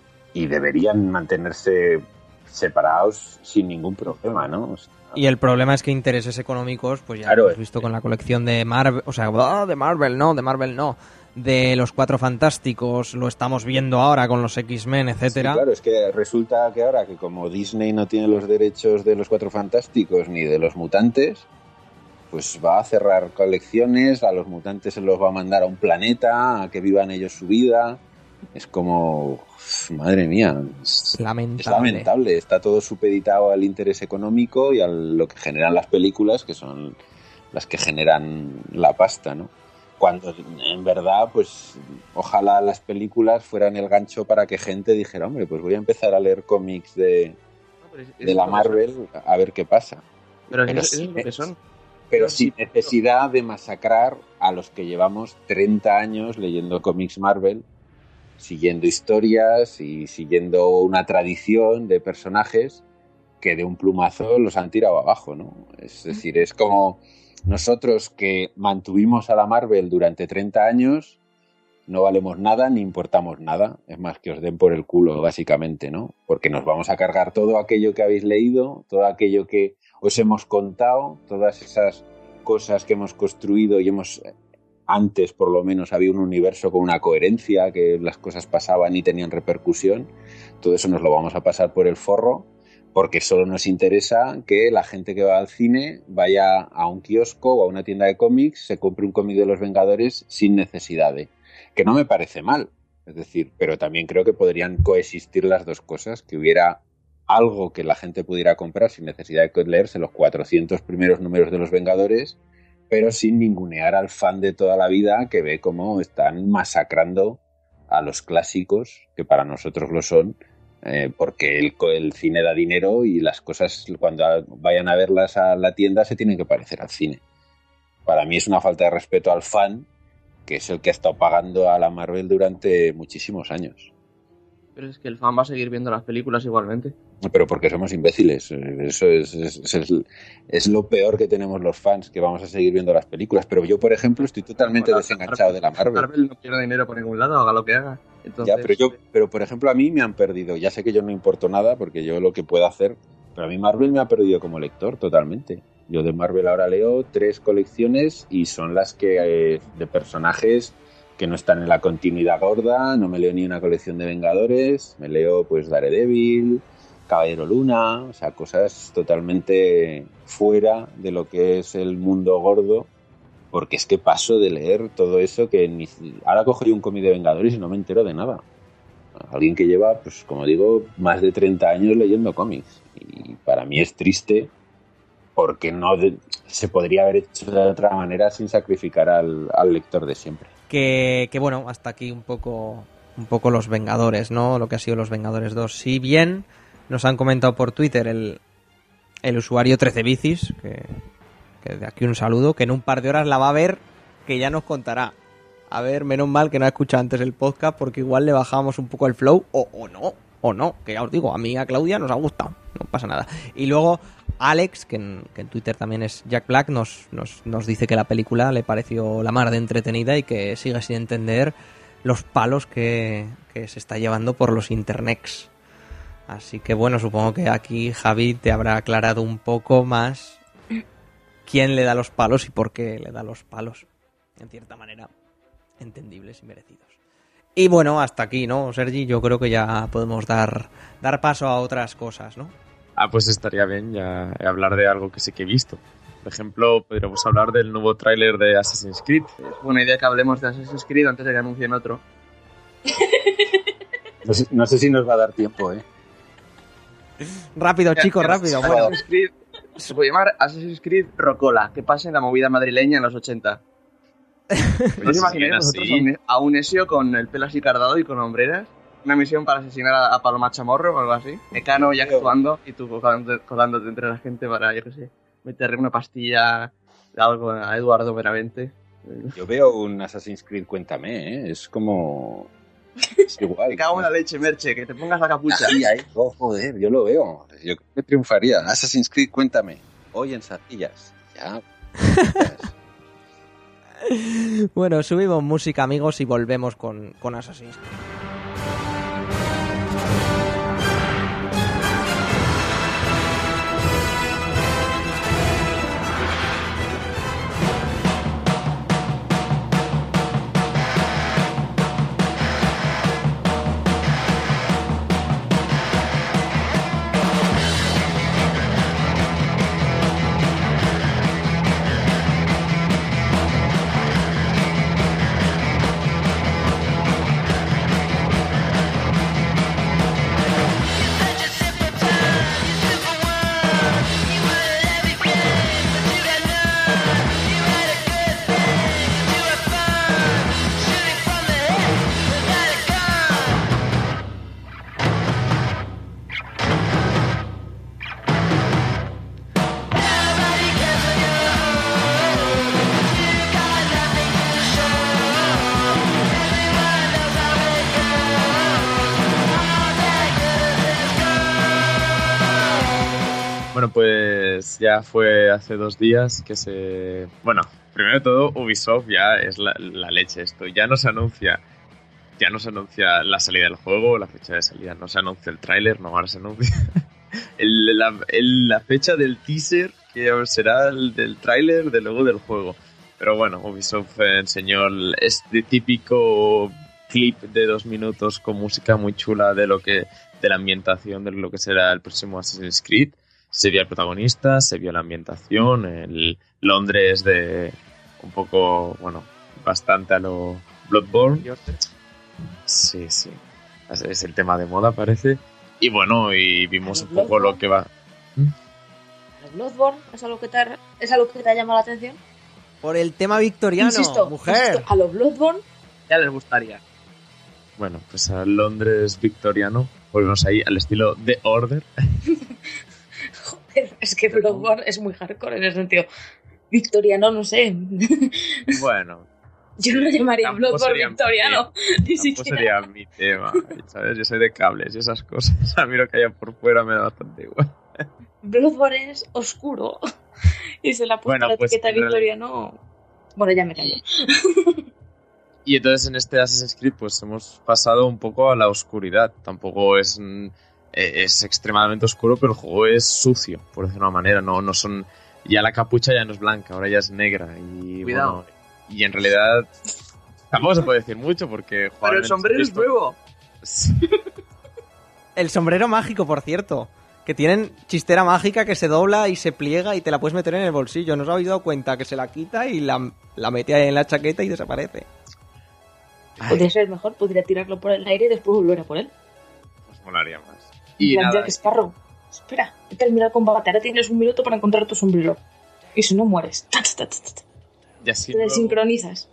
y deberían mantenerse separados sin ningún problema, ¿no? O sea, y el problema es que intereses económicos, pues ya claro, lo hemos visto con la colección de Marvel, o sea, oh, de Marvel no, de Marvel no, de los Cuatro Fantásticos, lo estamos viendo ahora con los X-Men, etcétera. Sí, claro, es que resulta que ahora que como Disney no tiene los derechos de los Cuatro Fantásticos ni de los mutantes, pues va a cerrar colecciones, a los mutantes se los va a mandar a un planeta, a que vivan ellos su vida. Es como, madre mía, es lamentable. Es lamentable. Está todo supeditado al interés económico y a lo que generan las películas, que son las que generan la pasta, ¿no? Cuando en verdad, pues ojalá las películas fueran el gancho para que gente dijera, hombre, pues voy a empezar a leer cómics de, de la Marvel a ver qué pasa. Pero, Pero eso, sí, eso es lo que son. Pero sin necesidad de masacrar a los que llevamos treinta años leyendo cómics Marvel, siguiendo historias y siguiendo una tradición de personajes que de un plumazo los han tirado abajo, ¿no? Es decir, es como nosotros que mantuvimos a la Marvel durante treinta años, no valemos nada ni importamos nada. Es más, que os den por el culo, básicamente, ¿no? Porque nos vamos a cargar todo aquello que habéis leído, todo aquello que os hemos contado, todas esas cosas que hemos construido y hemos... Antes, por lo menos, había un universo con una coherencia, que las cosas pasaban y tenían repercusión. Todo eso nos lo vamos a pasar por el forro, porque solo nos interesa que la gente que va al cine vaya a un kiosco o a una tienda de cómics, se compre un cómic de los Vengadores sin necesidad de... Que no me parece mal, es decir, pero también creo que podrían coexistir las dos cosas, que hubiera algo que la gente pudiera comprar sin necesidad de leerse los cuatrocientos primeros números de los Vengadores, pero sin ningunear al fan de toda la vida que ve cómo están masacrando a los clásicos, que para nosotros lo son, eh, porque el, el cine da dinero y las cosas, cuando vayan a verlas a la tienda, se tienen que parecer al cine. Para mí es una falta de respeto al fan, que es el que ha estado pagando a la Marvel durante muchísimos años. Pero es que el fan va a seguir viendo las películas igualmente. Pero porque somos imbéciles. Eso es, es, es, es lo peor que tenemos los fans, que vamos a seguir viendo las películas. Pero yo, por ejemplo, estoy totalmente bueno, desenganchado Marvel, de la Marvel. Marvel no pierde dinero por ningún lado, haga lo que haga. Entonces... Ya, pero yo, pero por ejemplo, a mí me han perdido. Ya sé que yo no importo nada, porque yo lo que puedo hacer... Pero a mí Marvel me ha perdido como lector totalmente. Yo de Marvel ahora leo tres colecciones y son las que eh, de personajes que no están en la continuidad gorda. No me leo ni una colección de Vengadores, me leo pues Daredevil, Caballero Luna, o sea, cosas totalmente fuera de lo que es el mundo gordo, porque es que paso de leer todo eso que ni... ahora cojo yo un cómic de Vengadores y no me entero de nada. Alguien que lleva, pues como digo, más de treinta años leyendo cómics, y para mí es triste porque no de... se podría haber hecho de otra manera sin sacrificar al, al lector de siempre. Que, que bueno, hasta aquí un poco un poco los Vengadores, ¿no? Lo que ha sido los Vengadores dos. Si bien nos han comentado por Twitter el, el usuario trece bicis, que, que de aquí un saludo, que en un par de horas la va a ver, que ya nos contará. A ver, menos mal que no ha escuchado antes el podcast, porque igual le bajamos un poco el flow, o, o no, o no, que ya os digo, a mí y a Claudia nos ha gustado, no pasa nada. Y luego Alex, que en, que en Twitter también es Jack Black, nos, nos, nos dice que la película le pareció la mar de entretenida y que sigue sin entender los palos que, que se está llevando por los internets. Así que bueno, supongo que aquí Javi te habrá aclarado un poco más quién le da los palos y por qué le da los palos. En cierta manera, entendibles y merecidos. Y bueno, hasta aquí, ¿no, Sergi? Yo creo que ya podemos dar, dar paso a otras cosas, ¿no? Ah, pues estaría bien ya hablar de algo que sí que he visto. Por ejemplo, podríamos hablar del nuevo tráiler de Assassin's Creed. Es buena idea que hablemos de Assassin's Creed antes de que anuncien otro. No sé, no sé si nos va a dar tiempo, ¿eh? Rápido, chicos, ya, rápido. Ya, bueno. Assassin's Creed se puede llamar Assassin's Creed Rocola, que pasa en la movida madrileña en los ochenta. ¿No os imagináis vosotros a un Ezio con el pelo así cardado y con hombreras? Una misión para asesinar a, a Paloma Chamorro o algo así. Mecano ya actuando y tú colándote, colándote entre la gente para, yo qué sé, meterle una pastilla de algo a Eduardo meramente. Yo veo un Assassin's Creed Cuéntame, ¿eh? Es como... Es igual. Me cago en la leche, Merche, que te pongas la capucha. Ahí, ahí. Oh, joder, yo lo veo. Yo creo que triunfaría. Assassin's Creed, cuéntame. Hoy en Satillas. Ya. Bueno, subimos música, amigos, y volvemos con, con Assassin's Creed. Bueno, pues ya fue hace dos días que se... Bueno, primero de todo, Ubisoft ya es la, la leche esto. Ya no se anuncia ya no se anuncia la salida del juego, la fecha de salida, no se anuncia el tráiler, no, ahora se anuncia el, la, el, la fecha del teaser, que será el del tráiler de luego del juego. Pero bueno, Ubisoft enseñó el, este típico clip de dos minutos con música muy chula de lo que de la ambientación de lo que será el próximo Assassin's Creed. Se vio el protagonista, se vio la ambientación, el Londres de un poco, bueno, bastante a lo Bloodborne. Sí, sí. Es el tema de moda, parece. Y bueno, y vimos un poco lo que va. ¿Mm? ¿Bloodborne es algo que te ha, es algo que te ha llamado la atención? Por el tema victoriano, insisto, mujer. Insisto, a los Bloodborne ya les gustaría. Bueno, pues a Londres victoriano, volvemos ahí al estilo The Order. Joder, es que Bloodborne es muy hardcore en ese sentido. Victoriano, no sé. Bueno. Yo no lo llamaría Bloodborne victoriano. Ni siquiera. Sería mi tema, ¿sabes? Yo soy de cables y esas cosas. A mí lo que haya por fuera me da bastante igual. Bloodborne es oscuro. Y se la ha puesto bueno, la pues etiqueta victoriano. Realidad... Bueno, ya me callo. Y entonces en este Assassin's Creed pues hemos pasado un poco a la oscuridad. Tampoco es... es extremadamente oscuro, pero el juego es sucio, por decirlo de una manera. No, no son... Ya la capucha ya no es blanca, ahora ya es negra. Y cuidado. Bueno, y en realidad tampoco se puede decir mucho porque... Pero el sombrero es nuevo. El sombrero mágico, por cierto. Que tienen chistera mágica que se dobla y se pliega y te la puedes meter en el bolsillo. ¿No os habéis dado cuenta? Que se la quita y la, la mete ahí en la chaqueta y desaparece. Podría ser mejor, podría tirarlo por el aire y después volver a por él. Pues molaría más. Y nada. Jack Sparrow, espera, he terminado el combate, ahora tienes un minuto para encontrar tu sombrero. Y si no mueres, y así te no... desincronizas.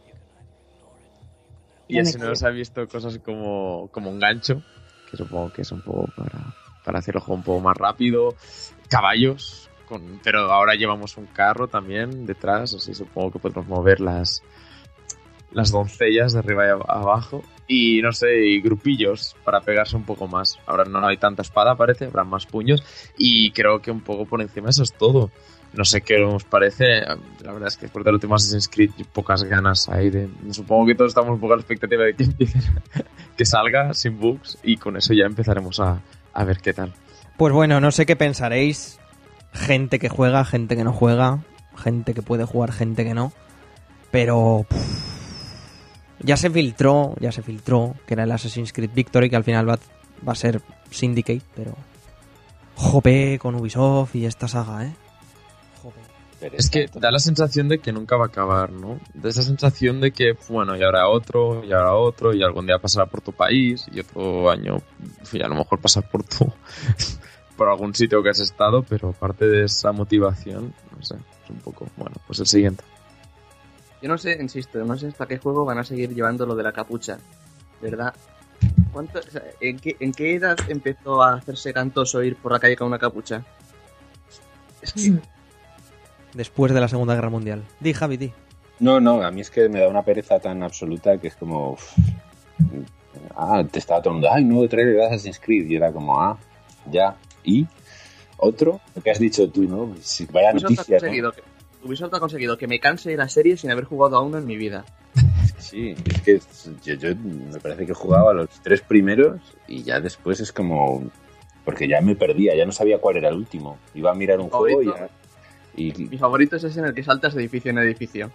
Y así no os ha visto cosas como, como un gancho, que supongo que es un poco para, para hacer el juego un poco más rápido. Caballos, con, pero ahora llevamos un carro también detrás, así supongo que podemos mover las, las doncellas de arriba y abajo. Y no sé, y grupillos para pegarse un poco más. Ahora no hay tanta espada, parece, habrá más puños. Y creo que un poco por encima eso es todo. No sé qué os parece. La verdad es que después del último Assassin's Creed pocas ganas hay de... Supongo que todos estamos un poco a la expectativa de que empiece, que salga sin bugs y con eso ya empezaremos a, a ver qué tal. Pues bueno, no sé qué pensaréis. Gente que juega, gente que no juega, gente que puede jugar, gente que no. Pero... Pff, ya se filtró, ya se filtró que era el Assassin's Creed Victory, que al final va, va a ser Syndicate, pero... Jope con Ubisoft y esta saga, ¿eh? Pero es que da la sensación de que nunca va a acabar, ¿no? Da esa sensación de que, bueno, y ahora otro, y ahora otro, y algún día pasará por tu país, y otro año, y a lo mejor pasar por tu, por algún sitio que has estado, pero aparte de esa motivación, no sé, es un poco, bueno, pues el siguiente. Yo no sé, insisto, no sé hasta qué juego van a seguir llevando lo de la capucha, ¿verdad? ¿Cuánto, o sea, ¿en, qué, ¿En qué edad empezó a hacerse cantoso ir por la calle con una capucha? Es que... Después de la Segunda Guerra Mundial. Di, Javi, di. No, no, a mí es que me da una pereza tan absoluta que es como... Uf, Ah, te estaba todo el mundo, ay, nuevo trailer de Assassin's Creed. Y era como, ah, ya. ¿Y? ¿Otro? Lo que has dicho tú, ¿no? Si vaya Ubisoft noticia, ha conseguido ¿no? que, Ubisoft ha conseguido que me canse de la serie sin haber jugado a uno en mi vida. Sí, es que yo, yo me parece que jugaba los tres primeros y ya después es como... Porque ya me perdía, ya no sabía cuál era el último. Iba a mirar un juego y ya... Y... Mi favorito es ese en el que saltas de edificio en edificio.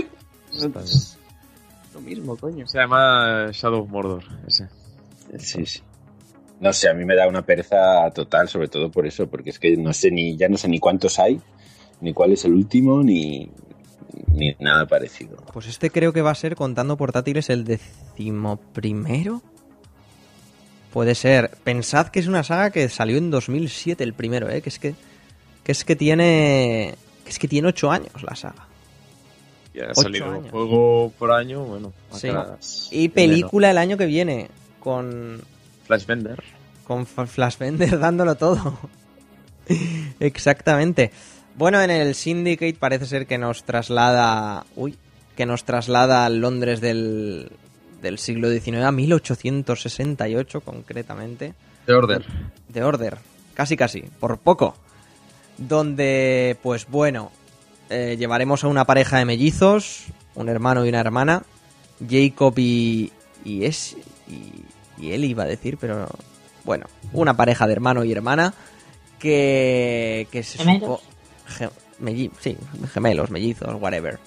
Es Lo mismo, coño. Se llama Shadow of Mordor, ese. Sí, sí. No sé, a mí me da una pereza total, sobre todo por eso, porque es que no sé ni, ya no sé ni cuántos hay, ni cuál es el último, ni, ni nada parecido. Pues este creo que va a ser, contando portátiles, el decimoprimero. Puede ser. Pensad que es una saga que salió en dos mil siete el primero, ¿eh? Que es que, que es que tiene, que es que tiene ocho años la saga. Ya ha Ocho salido años. juego por año, bueno. Sí. acá- Y película el año que viene con Flashbender. con F- Flashbender dándolo todo. Exactamente. Bueno, en el Syndicate parece ser que nos traslada, uy, que nos traslada al Londres del del siglo diecinueve a mil ochocientos sesenta y ocho concretamente. The Order. The Order, casi casi, por poco. Donde, pues bueno, eh, llevaremos a una pareja de mellizos, un hermano y una hermana, Jacob y y es y, y él iba a decir, pero bueno, una pareja de hermano y hermana que que se ¿Gemelos? supo- ge- melli- sí, gemelos, mellizos, whatever.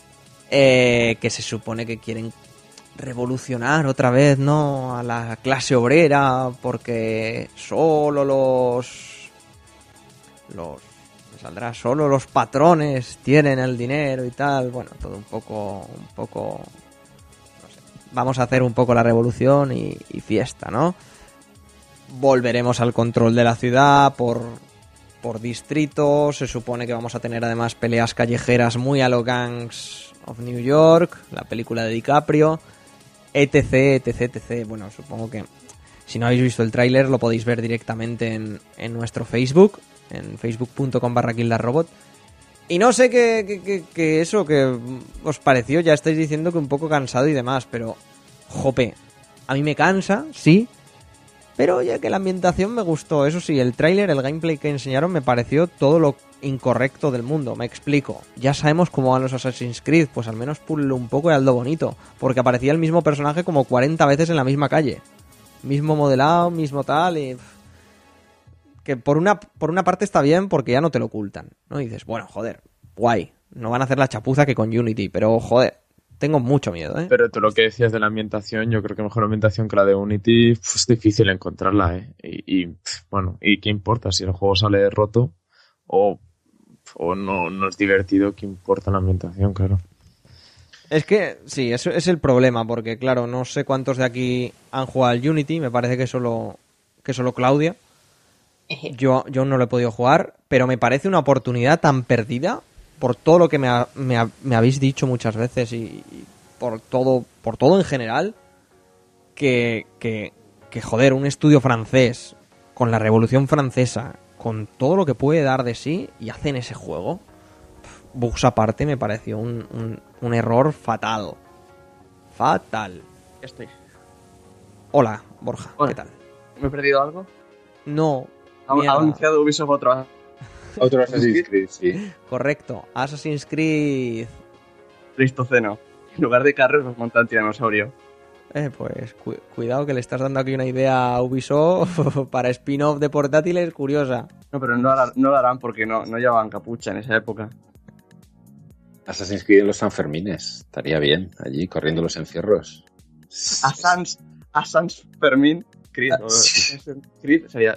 Eh, que se supone que quieren revolucionar otra vez, ¿no?, a la clase obrera, porque solo los los me saldrá solo los patrones tienen el dinero y tal. Bueno, todo un poco un poco no sé. Vamos a hacer un poco la revolución y, y fiesta, ¿no? Volveremos al control de la ciudad por por distrito. Se supone que vamos a tener además peleas callejeras muy a lo Gangs of New York, la película de DiCaprio, etc, etc, etc. Bueno, supongo que si no habéis visto el tráiler lo podéis ver directamente en, en nuestro Facebook, en facebook punto com barra kildarrobot. Y no sé qué, qué, qué, qué eso que os pareció, ya estáis diciendo que un poco cansado y demás, pero jope, a mí me cansa, sí, pero oye, que la ambientación me gustó. Eso sí, el tráiler, el gameplay que enseñaron me pareció todo lo incorrecto del mundo. Me explico. Ya sabemos cómo van los Assassin's Creed, pues al menos pullo un poco y hazlo bonito. Porque aparecía el mismo personaje como cuarenta veces en la misma calle. Mismo modelado, mismo tal y... Que por una, por una parte está bien porque ya no te lo ocultan, ¿no? Y dices, bueno, joder, guay. No van a hacer la chapuza que con Unity, pero joder, tengo mucho miedo, ¿eh? Pero tú lo que decías de la ambientación, yo creo que mejor ambientación que la de Unity, pf, es difícil encontrarla, ¿eh? Y, y, pf, bueno, ¿y qué importa si el juego sale roto o, o no, no es divertido? ¿Qué importa la ambientación, claro? Es que, sí, eso es el problema, porque claro, no sé cuántos de aquí han jugado al Unity, me parece que solo, que solo Claudia. Yo, yo no lo he podido jugar, pero me parece una oportunidad tan perdida por todo lo que me, ha- me, ha- me habéis dicho muchas veces y, y por todo por todo en general, que, que, que, joder, un estudio francés con la Revolución Francesa, con todo lo que puede dar de sí, y hacen ese juego, pf, bugs aparte, me pareció un, un, un error fatal. Fatal. Ya estoy. Hola, Borja, Hola. ¿qué tal? ¿Me he perdido algo? No, Ha, mierda. ha anunciado Ubisoft otra. Otro Assassin's Creed, sí. Correcto, Assassin's Creed. Pleistoceno. En lugar de carros nos montan tiranosaurio. Eh, pues cu- cuidado que le estás dando aquí una idea a Ubisoft para spin-off de portátiles curiosa. No, pero no, lo- no lo harán porque no, no llevaban capucha en esa época. Assassin's Creed en los Sanfermines. Estaría bien, allí, corriendo los encierros. A Sans, a Sans Fermín Creed. Ah, o- sí. Creed sería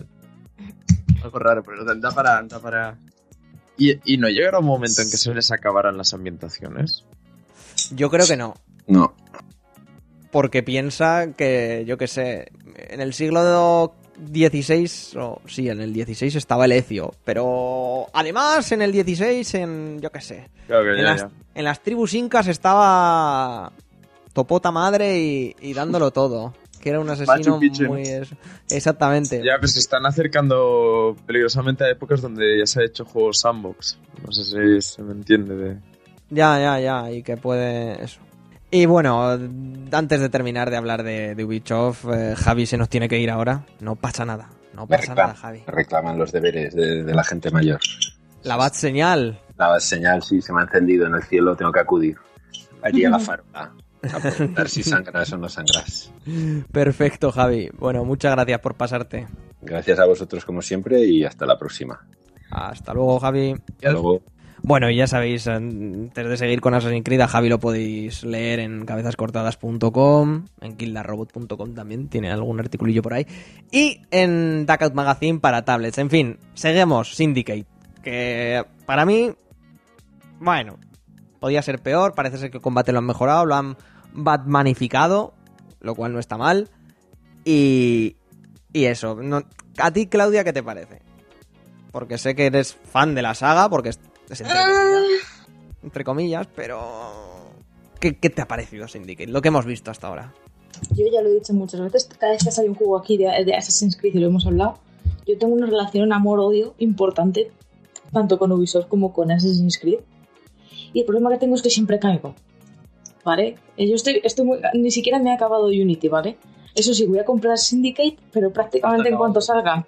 algo raro, pero da para... Da para... ¿Y, ¿Y no llegará un momento en que se les acabaran las ambientaciones? Yo creo que no, No. porque piensa que, yo qué sé, en el siglo dieciséis, o sí, en el dieciséis estaba el Ezio, pero además en el dieciséis, en, yo qué sé, Claro que en ya, las, ya. en las tribus incas estaba Topota Madre y, y dándolo todo, que era un asesino Machu Picchu, ¿no? muy... es- exactamente. Ya, pero se están acercando peligrosamente a épocas donde ya se ha hecho juegos sandbox. No sé si se me entiende de... Ya, ya, ya, y que puede eso. Y bueno, antes de terminar de hablar de, de Ubisoft, eh, Javi se nos tiene que ir ahora. No pasa nada, no Me pasa reclaman, nada, Javi. me reclaman los deberes de, de la gente mayor. La bad señal. La señal sí se me ha encendido en el cielo, tengo que acudir allí a la farola a preguntar si sangras o no sangras. Perfecto, Javi. Bueno, muchas gracias por pasarte. Gracias a vosotros como siempre y hasta la próxima. Hasta luego, Javi. Hasta luego. Bueno, y ya sabéis, antes de seguir con Assassin's Creed, a Javi lo podéis leer en cabezas cortadas punto com, en kill the robot punto com también, tiene algún articulillo por ahí, y en Duckout Magazine para tablets. En fin, seguimos Syndicate, que para mí, bueno, podía ser peor, parece ser que el combate lo han mejorado, lo han batmanificado, lo cual no está mal, y, y eso. No, ¿a ti, Claudia, qué te parece? Porque sé que eres fan de la saga, porque es Es entre, comillas, entre comillas, pero ¿qué, ¿qué te ha parecido Syndicate? Lo que hemos visto hasta ahora. Yo ya lo he dicho muchas veces, cada vez que sale un juego aquí de, de Assassin's Creed y lo hemos hablado, yo tengo una relación amor-odio importante, tanto con Ubisoft como con Assassin's Creed. Y el problema que tengo es que siempre caigo, ¿vale? Yo estoy, estoy muy, ni siquiera me he acabado Unity, ¿vale? Eso sí, voy a comprar Syndicate, pero prácticamente en cuanto salga.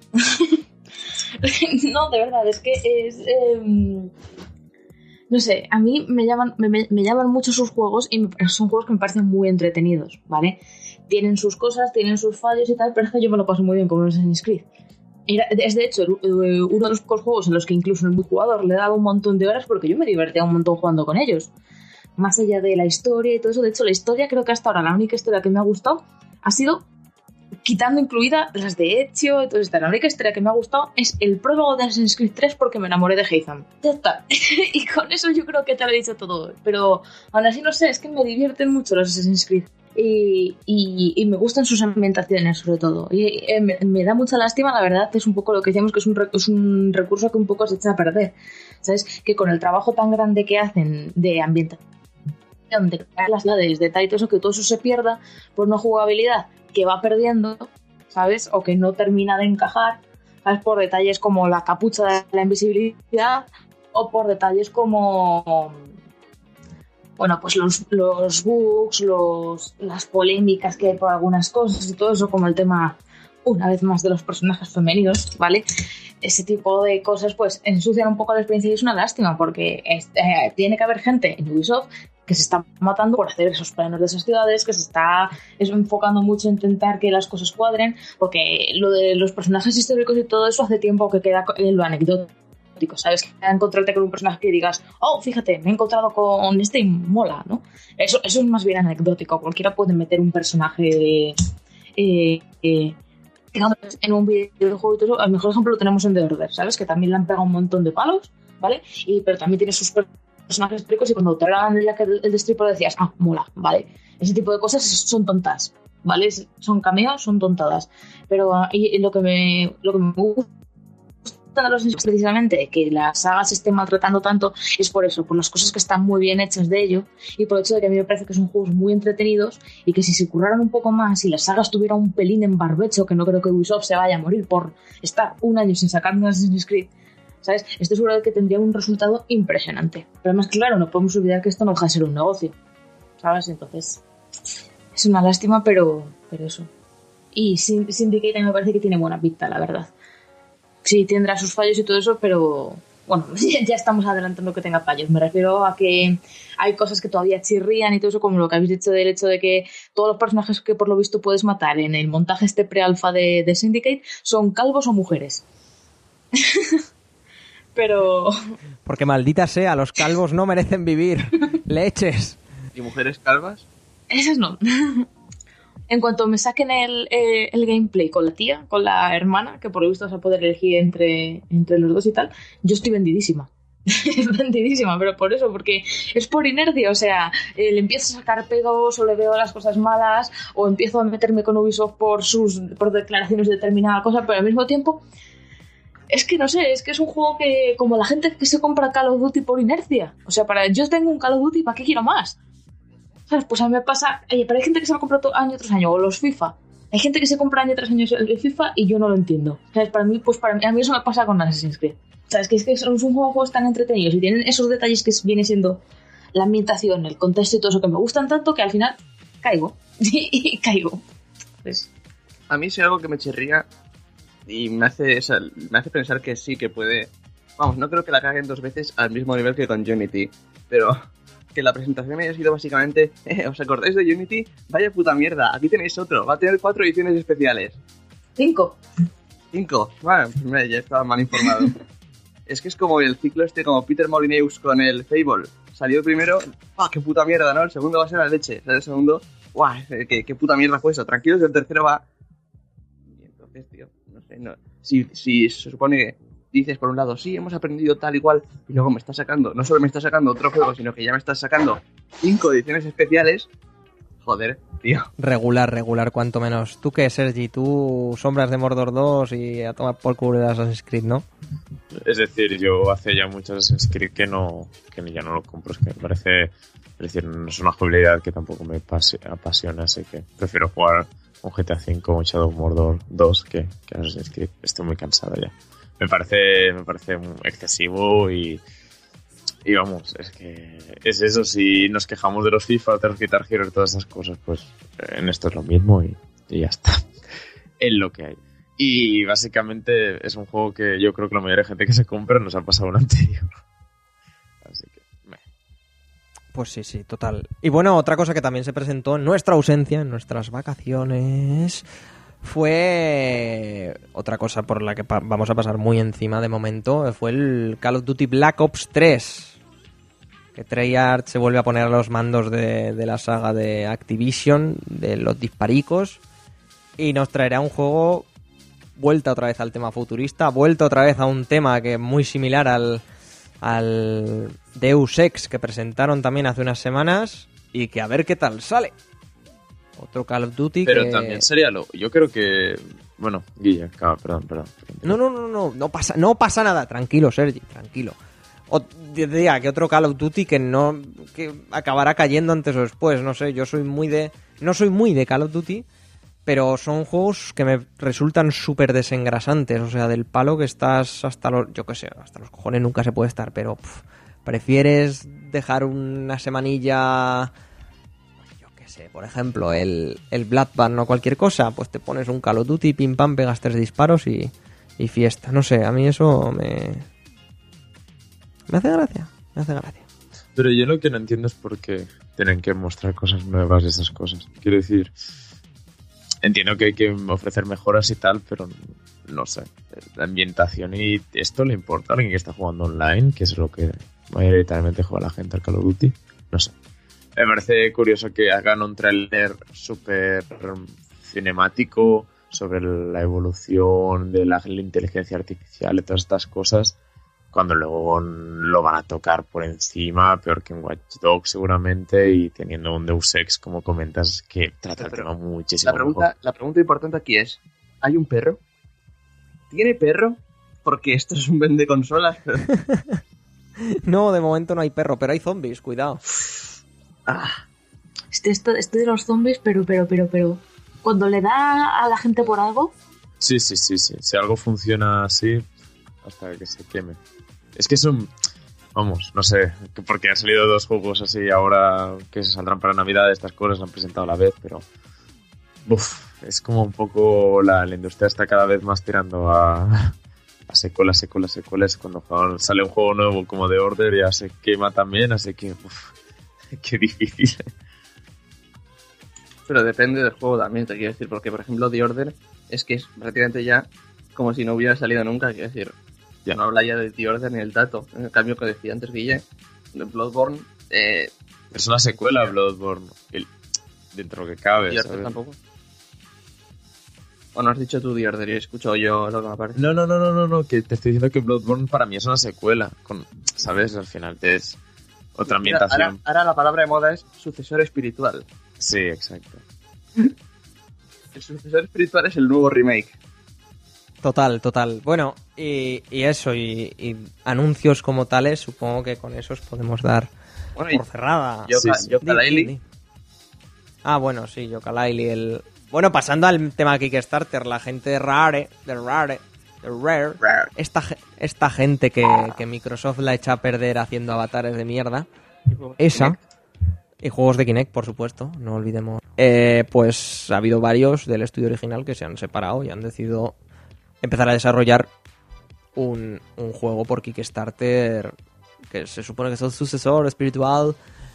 No, de verdad, es que es... Eh, no sé, a mí me llaman, me, me llaman mucho sus juegos y me, son juegos que me parecen muy entretenidos, ¿vale? Tienen sus cosas, tienen sus fallos y tal, pero es que yo me lo paso muy bien con Assassin's Creed. Era, es de hecho uno de los pocos juegos en los que incluso el multijugador le he dado un montón de horas porque yo me divertía un montón jugando con ellos. Más allá de la historia y todo eso, de hecho la historia creo que hasta ahora la única historia que me ha gustado ha sido... quitando incluida las de Ezio, entonces la única historia que me ha gustado es el prólogo de Assassin's Creed tres porque me enamoré de Haytham. Ya está. Y con eso yo creo que te lo he dicho todo. Pero aún así no sé, es que me divierten mucho los Assassin's Creed. Y, y, y me gustan sus ambientaciones sobre todo. Y eh, me, me da mucha lástima, la verdad, es un poco lo que decíamos, que es un, es un recurso que un poco se echa a perder. ¿Sabes? Que con el trabajo tan grande que hacen de ambientación, de crear las ciudades, de tal y todo eso, que todo eso se pierda por una jugabilidad que va perdiendo, ¿sabes? O que no termina de encajar, ¿sabes? Por detalles como la capucha de la invisibilidad o por detalles como, bueno, pues los, los bugs, los, las polémicas que hay por algunas cosas y todo eso, como el tema, una vez más, de los personajes femeninos, ¿vale? Ese tipo de cosas, pues, ensucian un poco la experiencia y es una lástima porque es, eh, tiene que haber gente en Ubisoft que se está matando por hacer esos planos de esas ciudades, que se está eso, enfocando mucho en intentar que las cosas cuadren, porque lo de los personajes históricos y todo eso hace tiempo que queda en lo anecdótico, ¿sabes? Que encontrarte con un personaje que digas, oh, fíjate, me he encontrado con este y mola, ¿no? Eso, eso es más bien anecdótico, cualquiera puede meter un personaje eh, eh, digamos, en un videojuego y todo eso. El mejor ejemplo lo tenemos en The Order, ¿sabes? Que también le han pegado un montón de palos, ¿vale? Y, pero también tiene sus personajes históricos y cuando te hablaban de el, el destripo decías, ah, mola, ¿vale? Ese tipo de cosas son tontas, ¿vale? Son cameos, son tontadas. Pero y, y lo que me lo que me gusta de los es precisamente que la saga se esté maltratando tanto es por eso, por las cosas que están muy bien hechas de ello y por el hecho de que a mí me parece que son juegos muy entretenidos y que si se curraran un poco más y la saga estuviera un pelín en barbecho, que no creo que Ubisoft se vaya a morir por estar un año sin sacar un Assassin's Creed, ¿sabes? Estoy seguro de que tendría un resultado impresionante. Pero además, claro, no podemos olvidar que esto no deja de ser un negocio, ¿sabes? Entonces, es una lástima, pero, pero eso. Y Syndicate me parece que tiene buena pinta, la verdad. Sí, tendrá sus fallos y todo eso, pero bueno, ya estamos adelantando que tenga fallos. Me refiero a que hay cosas que todavía chirrían y todo eso, como lo que habéis dicho del hecho de que todos los personajes que por lo visto puedes matar en el montaje este pre-alfa de, de Syndicate son calvos o mujeres. Pero... Porque maldita sea, los calvos no merecen vivir. Leches. ¿Y mujeres calvas? Esas no. En cuanto me saquen el, eh, el gameplay con la tía, con la hermana, que por lo visto vas a poder elegir entre, entre los dos y tal, yo estoy vendidísima. vendidísima, pero por eso, porque es por inercia, o sea, eh, le empiezo a sacar pedos o le veo las cosas malas o empiezo a meterme con Ubisoft por sus por declaraciones de determinada cosa, pero al mismo tiempo es que no sé, es que es un juego que como la gente que se compra Call of Duty por inercia, o sea, para yo tengo un Call of Duty, ¿para qué quiero más? ¿Sabes? Pues a mí me pasa, oye, pero hay gente que se lo compra año tras año, o los FIFA. Hay gente que se compra año tras año el FIFA y yo no lo entiendo. ¿Sabes? Para mí, pues para mí, a mí eso me pasa con Assassin's Creed. ¿Sabes? Que es que son un juego de juegos tan entretenidos y tienen esos detalles que viene siendo la ambientación, el contexto y todo eso que me gustan tanto que al final caigo. y caigo. ¿Ves? A mí es algo que me chirría y me hace, o sea, me hace pensar que sí, que puede... Vamos, no creo que la caguen dos veces al mismo nivel que con Unity, pero que la presentación haya sido básicamente eh, ¿os acordáis de Unity? Vaya puta mierda, aquí tenéis otro, va a tener cuatro ediciones especiales. Cinco. Cinco, bueno, ya estaba mal informado. Es que es como el ciclo este, como Peter Molyneux con el Fable. Salió el primero, ¡ah, qué puta mierda, ¿no? El segundo va a ser la leche, ¿sabes? El segundo, ¡guau! ¿Qué, qué puta mierda fue eso? Tranquilos, el tercero va... Y entonces, tío, no sé, no... Si, si se supone que dices por un lado, sí, hemos aprendido tal y cual, y luego me estás sacando, no solo me estás sacando otro juego, sino que ya me estás sacando cinco ediciones especiales, joder, tío. Regular, regular, cuanto menos. ¿Tú qué, Sergi? Tú, Sombras de Mordor dos y a tomar por culo de Assassin's Creed, ¿no? Es decir, yo hace ya muchos Assassin's Creed que no, que ya no lo compro, es que me parece, es decir, no es una jugabilidad que tampoco me pase, apasiona, así que prefiero jugar un G T A cinco o un Shadow of Mordor dos que, que Assassin's Creed. Estoy muy cansado ya. Me parece, me parece excesivo y, y vamos, es que es eso, si nos quejamos de los FIFA, de los Guitar Hero y todas esas cosas, pues en esto es lo mismo y, y ya está. Es lo que hay. Y básicamente es un juego que yo creo que la mayoría de gente que se compra nos ha pasado un anterior. Así que... Meh. Pues sí, sí, total. Y bueno, otra cosa que también se presentó en nuestra ausencia, en nuestras vacaciones, fue otra cosa por la que pa- vamos a pasar muy encima de momento, fue el Call of Duty Black Ops tres. Que Treyarch se vuelve a poner a los mandos de, de la saga de Activision, de los disparicos, y nos traerá un juego... Vuelta otra vez al tema futurista, vuelta otra vez a un tema que es muy similar al, al Deus Ex que presentaron también hace unas semanas y que a ver qué tal sale. Otro Call of Duty Pero que... también sería lo... Yo creo que... Bueno, Guille, acaba, perdón, perdón. No, no, no, no, no pasa, no pasa nada, tranquilo, Sergi, tranquilo. O diría que otro Call of Duty que no... que acabará cayendo antes o después, no sé, yo soy muy de... No soy muy de Call of Duty... Pero son juegos que me resultan súper desengrasantes. O sea, del palo que estás hasta los... Yo qué sé, hasta los cojones nunca se puede estar. Pero pff, prefieres dejar una semanilla... Yo qué sé, por ejemplo, el, el Bloodborne o cualquier cosa. Pues te pones un Call of Duty, pim pam, pegas tres disparos y, y fiesta. No sé, a mí eso me... Me hace gracia, me hace gracia. Pero yo lo que no entiendo es por qué tienen que mostrar cosas nuevas de esas cosas. Quiero decir... Entiendo que hay que ofrecer mejoras y tal, pero no sé. La ambientación y esto le importa a alguien que está jugando online, que es lo que mayoritariamente juega la gente al Call of Duty. No sé. Me parece curioso que hagan un tráiler súper cinemático sobre la evolución de la, la inteligencia artificial y todas estas cosas, cuando luego lo van a tocar por encima, peor que en Watch Dogs seguramente, y teniendo un Deus Ex, como comentas, que trata el tema muchísimo la pregunta, mejor. La pregunta importante aquí es, ¿hay un perro? ¿Tiene perro? Porque esto es un vende consolas. No, de momento no hay perro, pero hay zombies, cuidado. Ah, Este, esto, esto de los zombies, pero, pero, pero, pero... Cuando le da a la gente por algo... Sí, sí, sí, sí. Si algo funciona así, hasta que se queme. Es que son... Vamos, no sé, porque han salido dos juegos así ahora que se saldrán para Navidad, estas cosas se han presentado a la vez, pero... Uf, es como un poco... La, la industria está cada vez más tirando a... a secuelas, secuelas, secuelas. Cuando sale un juego nuevo como The Order ya se quema también, así que... Uf, qué difícil. pero depende del juego también, te quiero decir, porque por ejemplo The Order es que es prácticamente ya como si no hubiera salido nunca, quiero decir, ya no habla ya de The Order ni el dato. En el cambio que decía antes Guille, de Bloodborne, eh, es una secuela Bloodborne, el, dentro que cabe, The Order ¿sabes? tampoco. ¿O no has dicho tú The Order y he escuchado yo lo que me parece? No, no, no, no, no, no, que te estoy diciendo que Bloodborne para mí es una secuela, con, ¿sabes? Al final te es otra ambientación. Ahora, ahora la palabra de moda es sucesor espiritual. Sí, exacto. El sucesor espiritual es el nuevo remake. Total, total. Bueno, y, y eso, y, y anuncios como tales, supongo que con esos podemos dar Bueno, y por cerrada. Yoka- Sí, sí. Yooka-Laylee. Di, di, di. Ah, bueno, sí, Yooka-Laylee, el... Bueno, pasando al tema Kickstarter, la gente de Rare, de Rare, de Rare, Rare. esta, ge- esta gente que, que Microsoft la echa a perder haciendo avatares de mierda, esa, y juegos de Kinect, por supuesto, no olvidemos. Eh, pues ha habido varios del estudio original que se han separado y han decidido empezar a desarrollar un, un juego por Kickstarter que se supone que es el sucesor espiritual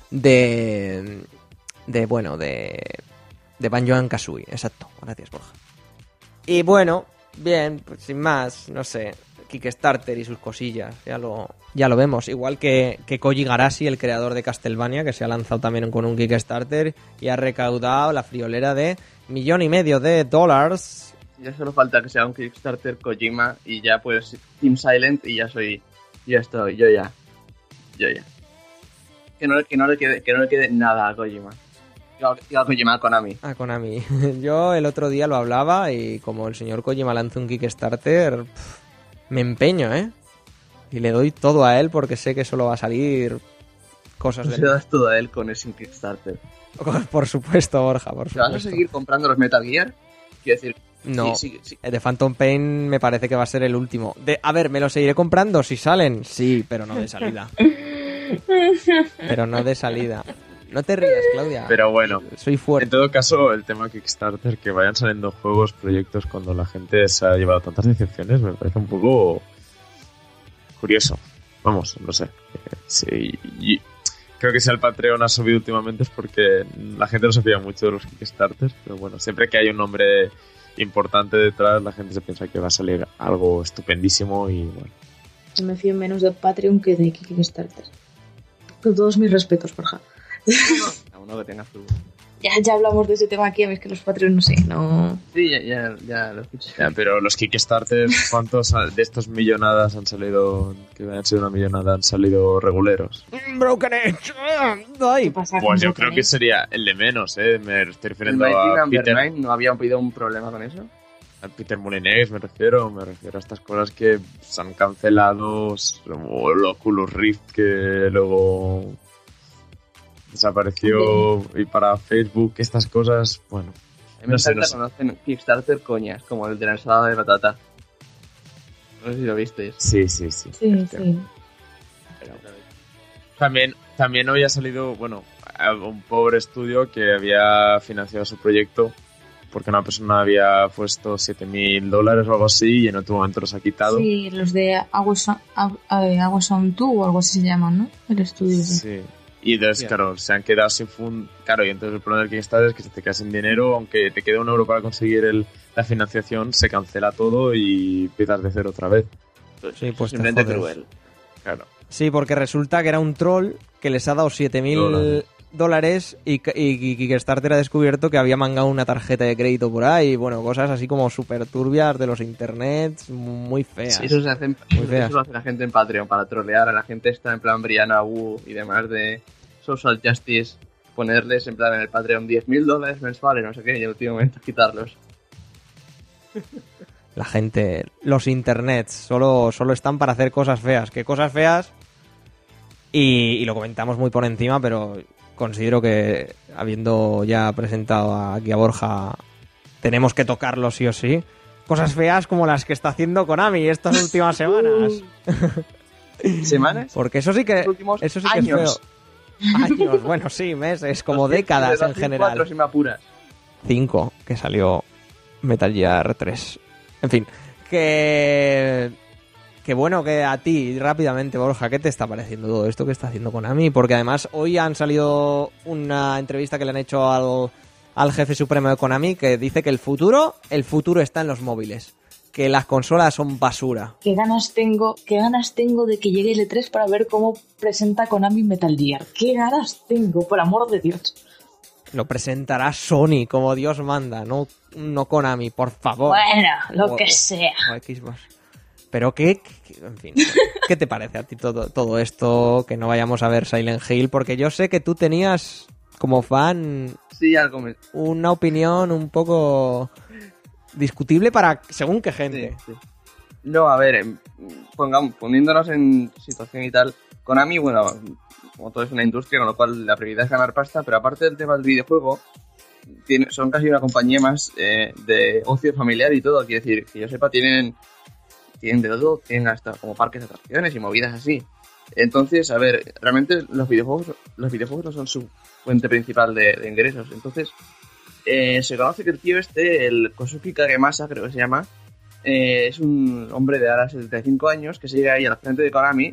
de, de bueno, de, de Banjo-Kazooie. Exacto, gracias, Borja. Y bueno, bien, pues sin más, no sé, Kickstarter y sus cosillas, ya lo, ya lo vemos. Igual que, que Koji Garashi, el creador de Castlevania, que se ha lanzado también con un Kickstarter y ha recaudado la friolera de millón y medio de dólares. Ya solo falta que sea un Kickstarter Kojima y ya pues Team Silent y ya soy, ya estoy, yo ya, yo ya. Que no, que no le quede, que no le quede nada a Kojima. Digo a Kojima, a Konami. A Konami. Yo el otro día lo hablaba y como el señor Kojima lanza un Kickstarter, pff, me empeño, ¿eh? Y le doy todo a él porque sé que solo va a salir cosas de... Le das todo a él con ese Kickstarter. Por supuesto, Borja, por ¿Te vas supuesto. a seguir comprando los Metal Gear? Quiero decir... No, sí, sí, sí. el de Phantom Pain me parece que va a ser el último. De, a ver, ¿me lo seguiré comprando si salen? Sí, pero no de salida. Pero no de salida. No te rías, Claudia. Pero bueno, soy fuerte. En todo caso, el tema Kickstarter, que vayan saliendo juegos, proyectos cuando la gente se ha llevado tantas decepciones, me parece un poco curioso. Vamos, no sé. Sí, y creo que si el Patreon ha subido últimamente es porque la gente no se fía mucho de los Kickstarters, pero bueno, siempre que hay un nombre importante detrás, la gente se piensa que va a salir algo estupendísimo y bueno. Yo me fío menos de Patreon que de Kickstarter. Con todos mis respetos, Borja. A uno que tenga su... Ya, ya hablamos de ese tema aquí, a ver, es que los Patreon no sé, no... Sí, ya, ya, ya lo escuché. Ya, pero los Kickstarters, ¿cuántos de estos millonadas han salido, que han sido una millonada, han salido reguleros? Broken Edge. Ay. Pasa Pues yo con creo Broken que Edge? sería el de menos, ¿eh? Me estoy refiriendo ¿El a Number Peter, Nine no había habido un problema con eso? a Peter Molyneux, me refiero, me refiero a estas cosas que se han cancelado, como el Oculus Rift que luego desapareció y para Facebook estas cosas, bueno, A mí me no sé, encanta no sé. cuando hacen Kickstarter coñas, como el de la ensalada de patata. No sé si lo visteis. Sí, sí, sí. Sí, sí. También, también hoy ha salido, bueno, a un pobre estudio que había financiado su proyecto porque una persona había puesto siete mil dólares o algo así y en otro momento los ha quitado. Sí, los de Aguason dos o algo así se llaman, ¿no? El estudio. Sí. Sí. Y entonces, Bien. claro, se han quedado sin fund... Claro, y entonces el problema del Kickstarter es que se te queda sin dinero, aunque te quede un euro para conseguir el, la financiación, se cancela todo y empiezas de cero otra vez. Sí, pues te Simplemente jodes. cruel. Claro. Sí, porque resulta que era un troll que les ha dado siete mil Dólares. dólares y, y, y Kickstarter ha descubierto que había mangado una tarjeta de crédito por ahí. Y bueno, cosas así como súper turbias de los internets, muy feas. Eso se hace, Muy feas. eso lo hace la gente en Patreon para trolear a la gente esta en plan Brianna Wu y demás de Social Justice, ponerles en plan en el Patreon diez mil dólares mensuales, no sé qué, y en el último momento quitarlos. La gente, los internets, solo, solo están para hacer cosas feas. ¿Qué cosas feas? Y, y lo comentamos muy por encima, pero considero que habiendo ya presentado aquí a Borja, tenemos que tocarlo sí o sí. Cosas feas como las que está haciendo Konami estas últimas semanas. ¿Semanas? Porque eso sí que, Los últimos eso sí que años. es feo. Años, bueno, sí, meses, como Los décadas de en dos mil cuatro, general. si me apuras. cinco, que salió Metal Gear tres. En fin, que... Que bueno, que a ti, rápidamente, Borja, ¿qué te está pareciendo todo esto que está haciendo Konami? Porque además hoy han salido una entrevista que le han hecho al, al jefe supremo de Konami que dice que el futuro, el futuro está en los móviles. Que las consolas son basura. Qué ganas tengo, qué ganas tengo de que llegue el E tres para ver cómo presenta Konami Metal Gear. Qué ganas tengo, por amor de Dios. Lo presentará Sony, como Dios manda, no, no Konami, por favor. Bueno, lo O- que o- sea. o Xbox. Pero qué, qué- en fin, ¿qué te parece a ti todo, todo esto? Que no vayamos a ver Silent Hill, porque yo sé que tú tenías, como fan, Sí, algo me... una opinión un poco discutible para según qué Sí, gente. sí. No, a ver, em, pongamos, poniéndonos en situación y tal, Konami, bueno, como todo es una industria, con lo cual la prioridad es ganar pasta, pero aparte del tema del videojuego, tiene, son casi una compañía más eh, de ocio familiar y todo, quiero decir, que yo sepa, tienen, tienen de todo, tienen hasta como parques de atracciones y movidas así. Entonces, a ver, realmente los videojuegos los videojuegos no son su fuente principal de, de ingresos. Entonces, eh, se conoce que el tío este, el Kosuke Kagemasa, creo que se llama, eh, es un hombre de ahora setenta y cinco años que sigue ahí al frente de Konami,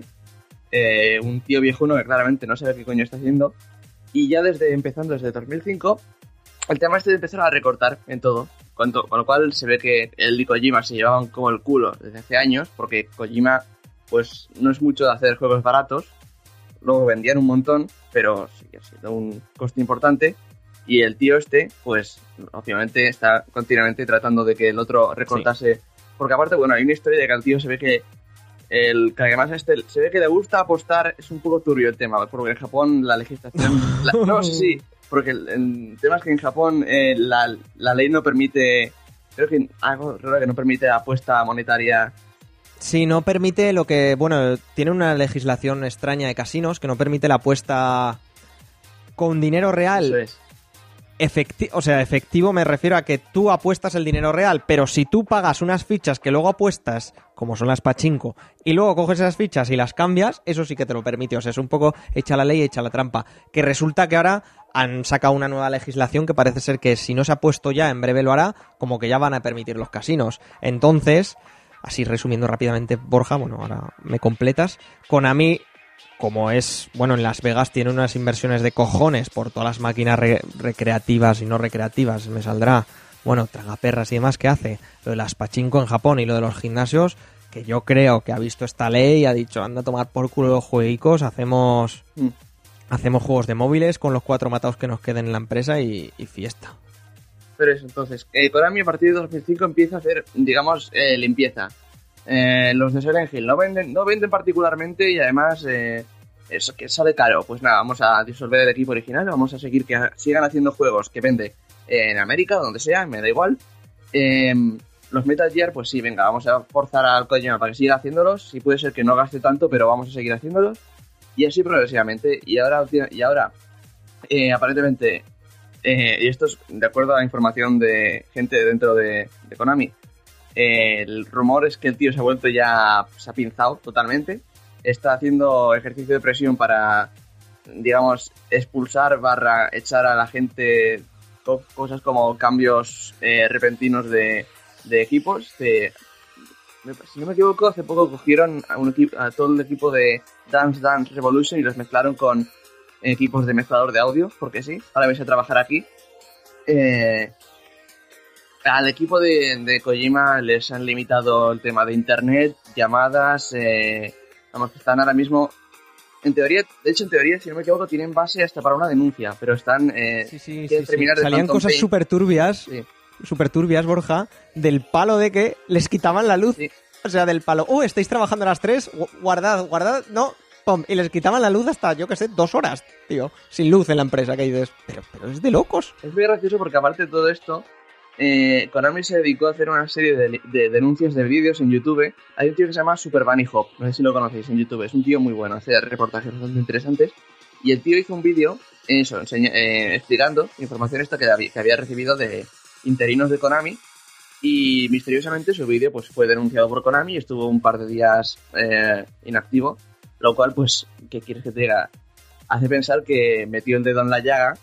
eh, un tío viejuno que claramente no sabe qué coño está haciendo, y ya desde empezando desde dos mil cinco, el tema este de empezar a recortar en todo, con, to- con lo cual se ve que él y Kojima se llevaban como el culo desde hace años, porque Kojima pues no es mucho de hacer juegos baratos, luego vendían un montón, pero sigue siendo un coste importante, y el tío este, pues obviamente está continuamente tratando de que el otro recortase, sí. Porque aparte, bueno, hay una historia de que al tío se ve que el Kagemasa este, se ve que le gusta apostar, es un poco turbio el tema, porque en Japón la legislación, la, no, sí, sí, porque el, el tema es que en Japón eh, la, la ley no permite, creo que algo raro que no permite apuesta monetaria. Sí, no permite lo que... Bueno, tiene una legislación extraña de casinos que no permite la apuesta con dinero real. Eso es. Efecti- o sea, efectivo me refiero a que tú apuestas el dinero real, pero si tú pagas unas fichas que luego apuestas, como son las pachinko, y luego coges esas fichas y las cambias, eso sí que te lo permite. O sea, es un poco echa la ley, echa la trampa. Que resulta que ahora han sacado una nueva legislación que parece ser que si no se ha puesto ya, en breve lo hará, como que ya van a permitir los casinos. Entonces... Así resumiendo rápidamente, Borja, bueno, ahora me completas. Konami, como es, bueno, en Las Vegas tiene unas inversiones de cojones por todas las máquinas re- recreativas y no recreativas, me saldrá, bueno, tragaperras y demás que hace. Lo de las pachinko en Japón y lo de los gimnasios, que yo creo que ha visto esta ley y ha dicho, anda a tomar por culo los jueguicos, hacemos, mm. hacemos juegos de móviles con los cuatro matados que nos queden en la empresa y, y fiesta. Pero eso, entonces, eh, Konami a partir de dos mil cinco empieza a hacer, digamos, eh, limpieza. Eh, los de Silent Hill no venden, no venden particularmente y además eh, eso que sale caro. Pues nada, vamos a disolver el equipo original, vamos a seguir que sigan haciendo juegos que vende eh, en América, donde sea, me da igual. Eh, los Metal Gear, pues sí, venga, vamos a forzar al Kojima para que siga haciéndolos. Sí puede ser que no gaste tanto, pero vamos a seguir haciéndolos. Y así progresivamente. Y ahora, y ahora eh, aparentemente... Eh, y esto es de acuerdo a la información de gente dentro de, de Konami. Eh, el rumor es que el tío se ha vuelto ya, se ha pinzado totalmente. Está haciendo ejercicio de presión para, digamos, expulsar barra echar a la gente, co- cosas como cambios eh, repentinos de, de equipos. De, si no me equivoco, hace poco cogieron a, un equipo, a todo el equipo de Dance Dance Revolution y los mezclaron con equipos de mezclador de audio, porque sí, ahora vais a trabajar aquí. Eh, al equipo de, de Kojima les han limitado el tema de internet, llamadas, eh, vamos, que están ahora mismo, en teoría, de hecho en teoría, si no me equivoco, tienen base hasta para una denuncia, pero están, eh, sí, sí, quieren sí, terminar sí. de Salían cosas súper turbias, sí. súper turbias, Borja, del palo de que les quitaban la luz, sí. O sea, del palo, uh, estáis trabajando a las tres, guardad, guardad, no... Pum, y les quitaban la luz hasta, yo que sé, dos horas, tío, sin luz en la empresa, que dices, pero, pero es de locos. Es muy gracioso porque aparte de todo esto, eh, Konami se dedicó a hacer una serie de, de denuncias de vídeos en YouTube. Hay un tío que se llama Super Bunny Hop, no sé si lo conocéis en YouTube, es un tío muy bueno, hace reportajes bastante interesantes. Y el tío hizo un vídeo, eso, enseña, eh, explicando información esta que había, que había recibido de interinos de Konami. Y misteriosamente su vídeo pues, fue denunciado por Konami y estuvo un par de días eh, inactivo. Lo cual, pues, ¿qué quieres que te diga? Hace pensar que metió el dedo en la llaga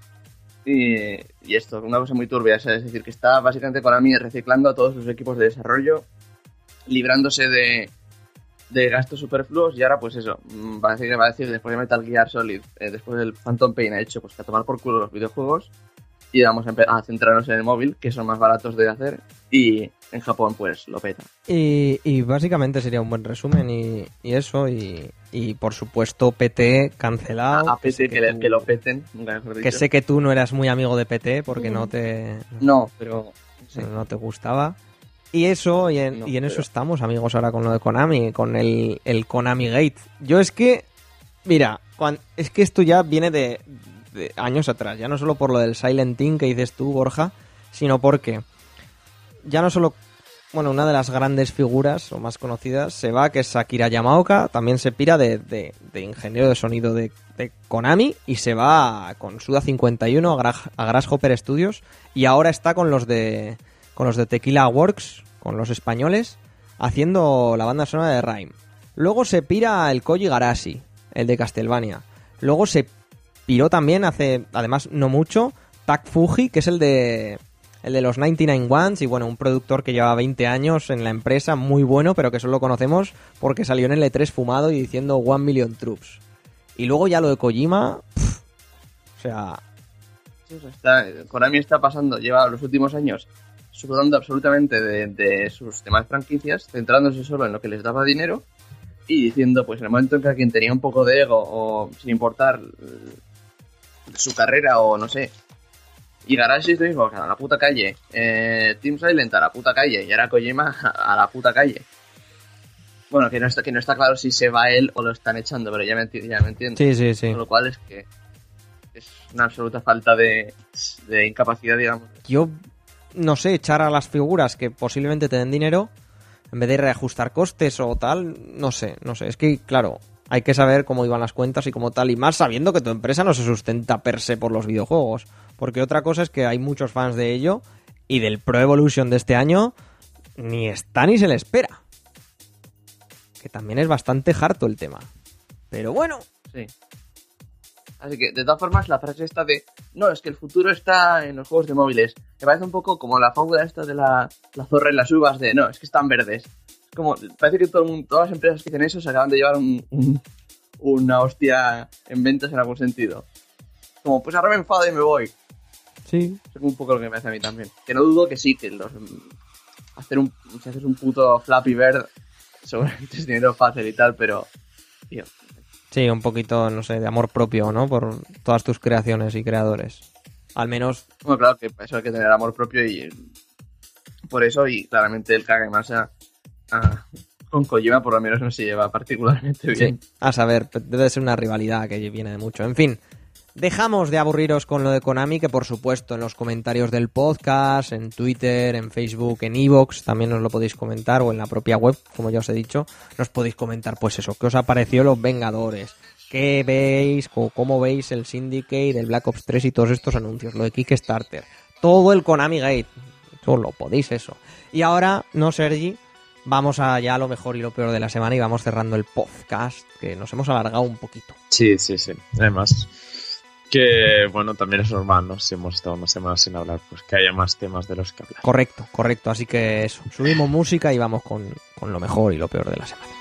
y, y esto, una cosa muy turbia, es decir, que está básicamente Konami reciclando a todos sus equipos de desarrollo, librándose de, de gastos superfluos y ahora, pues eso, va a decir, va a decir después de Metal Gear Solid, eh, después del Phantom Pain ha hecho, pues, que a tomar por culo los videojuegos y vamos a, a centrarnos en el móvil, que son más baratos de hacer y en Japón pues lo peta. Y, y básicamente sería un buen resumen y, y eso, y, y por supuesto P T cancelado. A, a P T que, que, que, tú, que lo peten, nunca mejor dicho. Que sé que tú no eras muy amigo de P T porque mm. no te... No, pero... Sí. No te gustaba. Y eso, y en, no, y en pero... eso estamos, amigos, ahora con lo de Konami, con el, el Konami Gate. Yo es que, mira, cuando, es que esto ya viene de, de años atrás, ya no solo por lo del Silent Hill que dices tú, Borja, sino porque ya no solo, bueno, una de las grandes figuras o más conocidas se va, que es Akira Yamaoka, también se pira de, de, de ingeniero de sonido de, de Konami y se va con Suda cincuenta y uno a, Gra- a Grasshopper Studios y ahora está con los de con los de Tequila Works, con los españoles, haciendo la banda sonora de Rime. Luego se pira el Koji Garashi, el de Castlevania. Luego se piró también hace, además no mucho, Tak Fuji, que es el de el de los noventa y nueve Ones, y bueno, un productor que lleva veinte años en la empresa, muy bueno, pero que solo conocemos porque salió en el E tres fumado y diciendo One Million Troops. Y luego ya lo de Kojima, pff, o sea... Sí, o sea, está, Konami está pasando, lleva los últimos años sudando absolutamente de, de sus demás franquicias, centrándose solo en lo que les daba dinero y diciendo, pues en el momento en que alguien tenía un poco de ego o sin importar su carrera o no sé, y Garashi es lo mismo, a la puta calle, eh, Team Silent a la puta calle y ahora Kojima a la puta calle. Bueno, que no está, que no está claro si se va él o lo están echando, pero ya me, enti- ya me entiendo. Sí, sí, sí. Con lo cual es que es una absoluta falta de, de incapacidad, digamos. Yo no sé, echar a las figuras que posiblemente te den dinero en vez de reajustar costes o tal, no sé, no sé. Es que, claro, hay que saber cómo iban las cuentas y cómo tal, y más sabiendo que tu empresa no se sustenta per se por los videojuegos. Porque otra cosa es que hay muchos fans de ello y del Pro Evolution de este año ni está ni se le espera. Que también es bastante harto el tema. Pero bueno. Sí. Así que, de todas formas, la frase esta de no, es que el futuro está en los juegos de móviles, me parece un poco como la fábula esta de la, la zorra en las uvas de no, es que están verdes. Es como, parece que todo el mundo, todas las empresas que hacen eso se acaban de llevar un, un, una hostia en ventas en algún sentido. Como, pues ahora me enfado y me voy. Sí. Es un poco lo que me hace a mí también. Que no dudo que sí, que los hacer un, si haces un puto Flappy Bird, seguramente es dinero fácil y tal, pero tío. Sí, un poquito, no sé, de amor propio, ¿no? Por todas tus creaciones y creadores. Al menos... Bueno, claro, que eso hay que tener amor propio y por eso, y claramente el Kagemasa a, con Kojima por lo menos no se lleva particularmente bien. Sí, a saber, debe ser una rivalidad que viene de mucho. En fin, dejamos de aburriros con lo de Konami, que por supuesto en los comentarios del podcast, en Twitter, en Facebook, en iVoox, también nos lo podéis comentar, o en la propia web, como ya os he dicho, nos podéis comentar pues eso, qué os ha parecido Los Vengadores, qué veis, o cómo veis el Syndicate, el Black Ops tres y todos estos anuncios, lo de Kickstarter, todo el Konami Gate, todo lo podéis eso. Y ahora, no Sergi, vamos allá a lo mejor y lo peor de la semana y vamos cerrando el podcast, que nos hemos alargado un poquito. Sí, sí, sí, además... Que, bueno, también es normal, ¿no? Si hemos estado unas semanas sin hablar, pues que haya más temas de los que hablar. Correcto, correcto. Así que eso, subimos música y vamos con, con lo mejor y lo peor de la semana.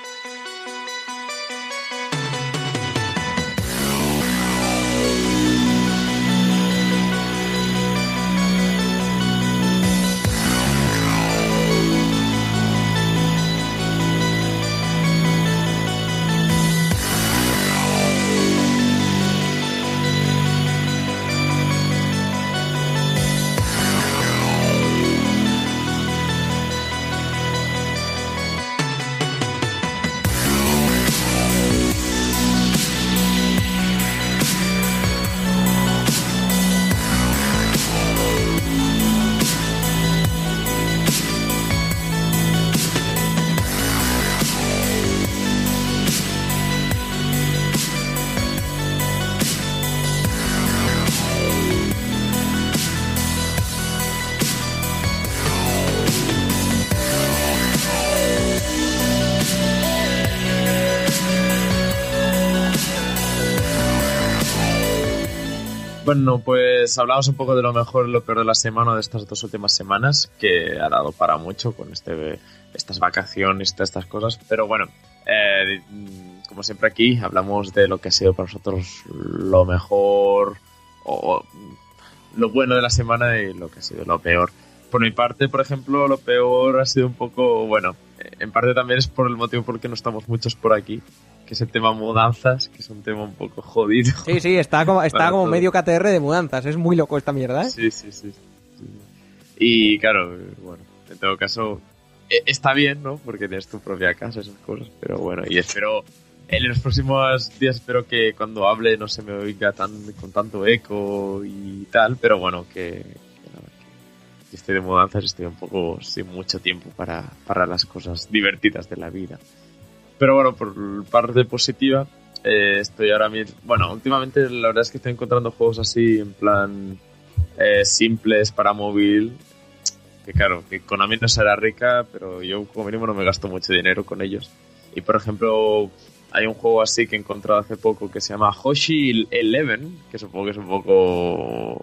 Bueno, pues hablamos un poco de lo mejor y lo peor de la semana, de estas dos últimas semanas, que ha dado para mucho con este estas vacaciones y estas cosas. Pero bueno, eh, como siempre aquí, hablamos de lo que ha sido para nosotros lo mejor o lo bueno de la semana y lo que ha sido lo peor. Por mi parte, por ejemplo, lo peor ha sido un poco, bueno, en parte también es por el motivo por el que no estamos muchos por aquí, que es el tema mudanzas, que es un tema un poco jodido. Sí, sí, está como, está como medio K T R de mudanzas, es muy loco esta mierda, ¿eh? Sí, sí, sí, sí. Y claro, bueno, en todo caso, está bien, ¿no? Porque tienes tu propia casa, esas cosas, pero bueno, y espero, en los próximos días espero que cuando hable no se me oiga tan con tanto eco y tal, pero bueno, que, que, nada, que estoy de mudanzas, estoy un poco sin mucho tiempo para, para las cosas divertidas de la vida. Pero bueno, por parte positiva, eh, estoy ahora mismo... Bueno, últimamente la verdad es que estoy encontrando juegos así, en plan, eh, simples para móvil. Que claro, que Konami no será rica, pero yo como mínimo no me gasto mucho dinero con ellos. Y por ejemplo, hay un juego así que he encontrado hace poco que se llama Hoshi Eleven, que supongo que es un poco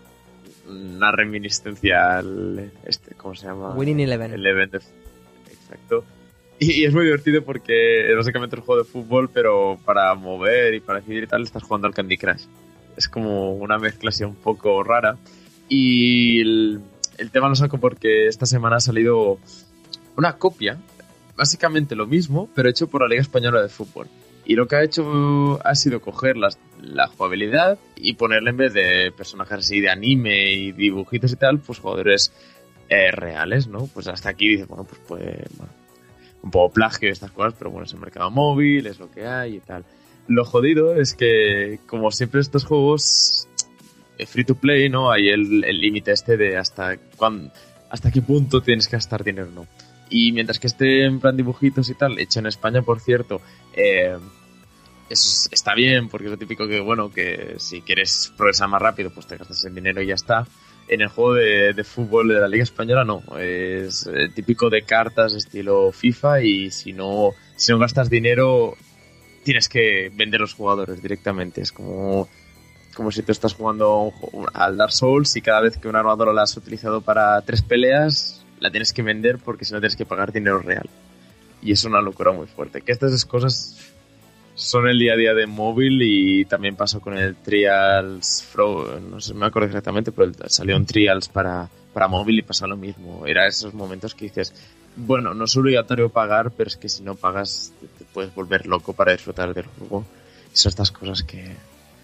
una reminiscencia al este, ¿cómo se llama? Winning Eleven. Eleven de... Exacto. Y, y es muy divertido porque es básicamente un juego de fútbol, pero para mover y para decidir y tal, estás jugando al Candy Crush. Es como una mezcla así un poco rara. Y el, el tema lo saco porque esta semana ha salido una copia, básicamente lo mismo, pero hecho por la Liga Española de Fútbol. Y lo que ha hecho ha sido coger las, la jugabilidad y ponerle, en vez de personajes así de anime y dibujitos y tal, pues jugadores eh, reales, ¿no? Pues hasta aquí dices, bueno, pues puede... Bueno, un poco plagio y estas cosas, pero bueno, es el mercado móvil, es lo que hay y tal. Lo jodido es que, como siempre estos juegos free to play, ¿no? Hay el límite este de hasta cuándo, hasta qué punto tienes que gastar dinero, ¿no? Y mientras que esté en plan dibujitos y tal, hecho en España, por cierto, eh, eso está bien, porque es lo típico que, bueno, que si quieres progresar más rápido, pues te gastas el dinero y ya está. En el juego de, de fútbol de la Liga Española no, es el típico de cartas estilo FIFA y si no, si no gastas dinero tienes que vender los jugadores directamente. Es como, como si tú estás jugando al Dark Souls y cada vez que una armadura la has utilizado para tres peleas la tienes que vender porque si no tienes que pagar dinero real. Y es una locura muy fuerte. Que estas cosas son el día a día de móvil y también pasó con el Trials Pro, no sé, me acuerdo exactamente, pero salió un Trials para, para móvil y pasa lo mismo. Era esos momentos que dices, bueno, no es obligatorio pagar, pero es que si no pagas te, te puedes volver loco para disfrutar del juego. Y son estas cosas que...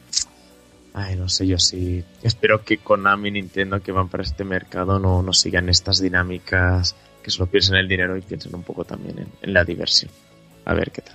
Ay, no sé, yo sí... Espero que Konami y Nintendo, que van para este mercado, no, no sigan estas dinámicas, que solo piensen en el dinero y piensen un poco también en, en la diversión. A ver qué tal.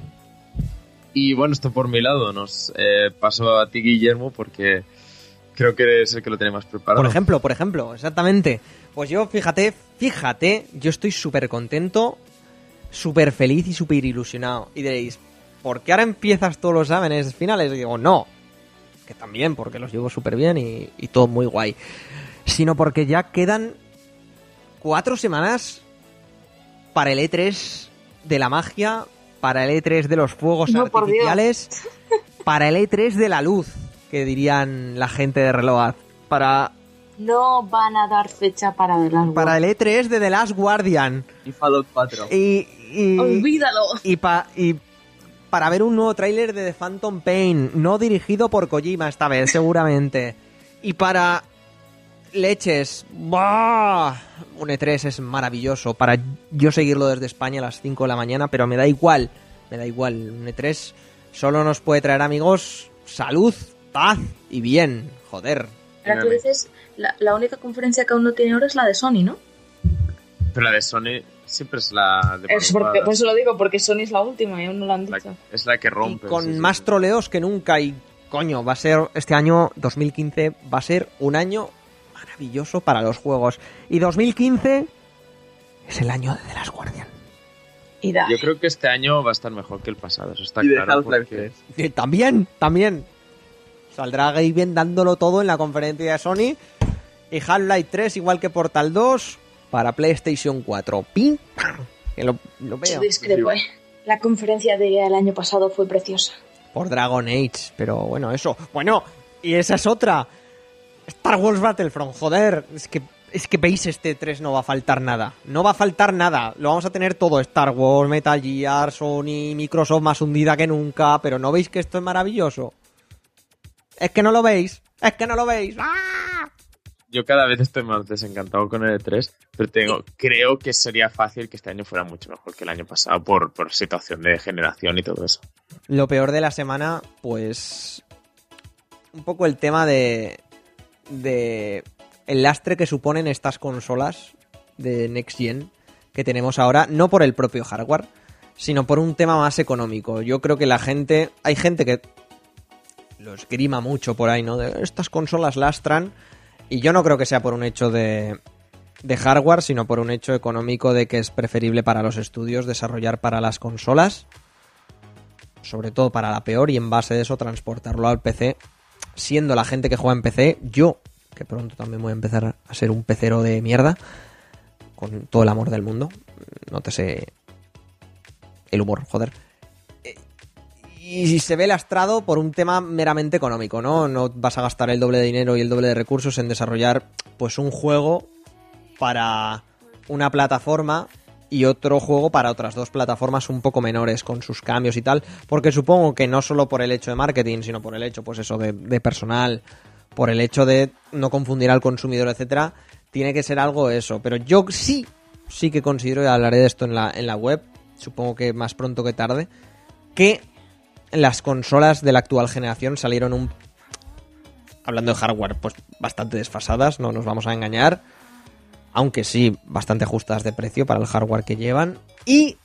Y bueno, esto por mi lado, nos eh, paso a ti, Guillermo, porque creo que eres el que lo tiene más preparado. Por ejemplo, por ejemplo, exactamente. Pues yo, fíjate, fíjate, yo estoy súper contento, súper feliz y súper ilusionado. Y diréis, ¿por qué ahora empiezas todos los exámenes finales? Y digo, no, que también, porque los llevo súper bien y, y todo muy guay. Sino porque ya quedan cuatro semanas para el E tres de la magia, para el E tres de los fuegos no, artificiales, para el E tres de la luz, que dirían la gente de Reload, para... No van a dar fecha para The Last Guardian. Para el E tres de The Last Guardian. Y Fallout cuatro. Y, y, ¡Olvídalo! Y, pa, y para ver un nuevo tráiler de The Phantom Pain, no dirigido por Kojima esta vez, seguramente. Y para... Leches, ¡bah! Un E tres es maravilloso para yo seguirlo desde España a las cinco de la mañana, pero me da igual, me da igual. Un E tres solo nos puede traer, amigos, salud, paz y bien, joder. Ahora tú dices, la, la única conferencia que aún no tiene ahora es la de Sony, ¿no? Pero la de Sony siempre es la de Es porque, por eso lo digo, porque Sony es la última y aún no la han la, dicho. es la que rompe. Y con sí, sí, más sí. troleos que nunca y, coño, va a ser, este año dos mil quince va a ser un año maravilloso para los juegos. Y dos mil quince es el año de The Last Guardian. Y da. Yo creo que este año va a estar mejor que el pasado, eso está Y de claro. Half-Life Porque... tres. Y también, también. Saldrá Gaben dándolo todo en la conferencia de Sony. Y Half-Life tres, igual que Portal dos, para PlayStation cuatro. ¡Pim! Que lo, lo veo. Yo discrepo, ¿eh? La conferencia del año pasado fue preciosa. Por Dragon Age, pero bueno, eso. Bueno, y esa es otra. Star Wars Battlefront, joder. Es que, es que veis, este tres no va a faltar nada. No va a faltar nada. Lo vamos a tener todo. Star Wars, Metal Gear, Sony, Microsoft más hundida que nunca. Pero ¿no veis que esto es maravilloso? Es que no lo veis. Es que no lo veis. ¡Ah! Yo cada vez estoy más desencantado con el E tres, pero tengo, creo que sería fácil que este año fuera mucho mejor que el año pasado por, por situación de generación y todo eso. Lo peor de la semana, pues... Un poco el tema de... de el lastre que suponen estas consolas de Next Gen que tenemos ahora, no por el propio hardware, sino por un tema más económico. Yo creo que la gente... Hay gente que lo esgrima mucho por ahí, ¿no? De estas consolas lastran... Y yo no creo que sea por un hecho de, de hardware, sino por un hecho económico de que es preferible para los estudios desarrollar para las consolas, sobre todo para la peor, y en base de eso transportarlo al P C, siendo la gente que juega en P C, yo, que pronto también voy a empezar a ser un pecero de mierda, con todo el amor del mundo, nótese el humor, joder. Y se ve lastrado por un tema meramente económico, ¿no? No vas a gastar el doble de dinero y el doble de recursos en desarrollar pues un juego para una plataforma y otro juego para otras dos plataformas un poco menores con sus cambios y tal, porque supongo que no solo por el hecho de marketing, sino por el hecho, pues eso, de, de personal, por el hecho de no confundir al consumidor, etcétera, tiene que ser algo eso. Pero yo sí, sí que considero, y hablaré de esto en la, en la web, supongo que más pronto que tarde, que las consolas de la actual generación salieron un... hablando de hardware, pues bastante desfasadas, no nos vamos a engañar, aunque sí, bastante justas de precio para el hardware que llevan, y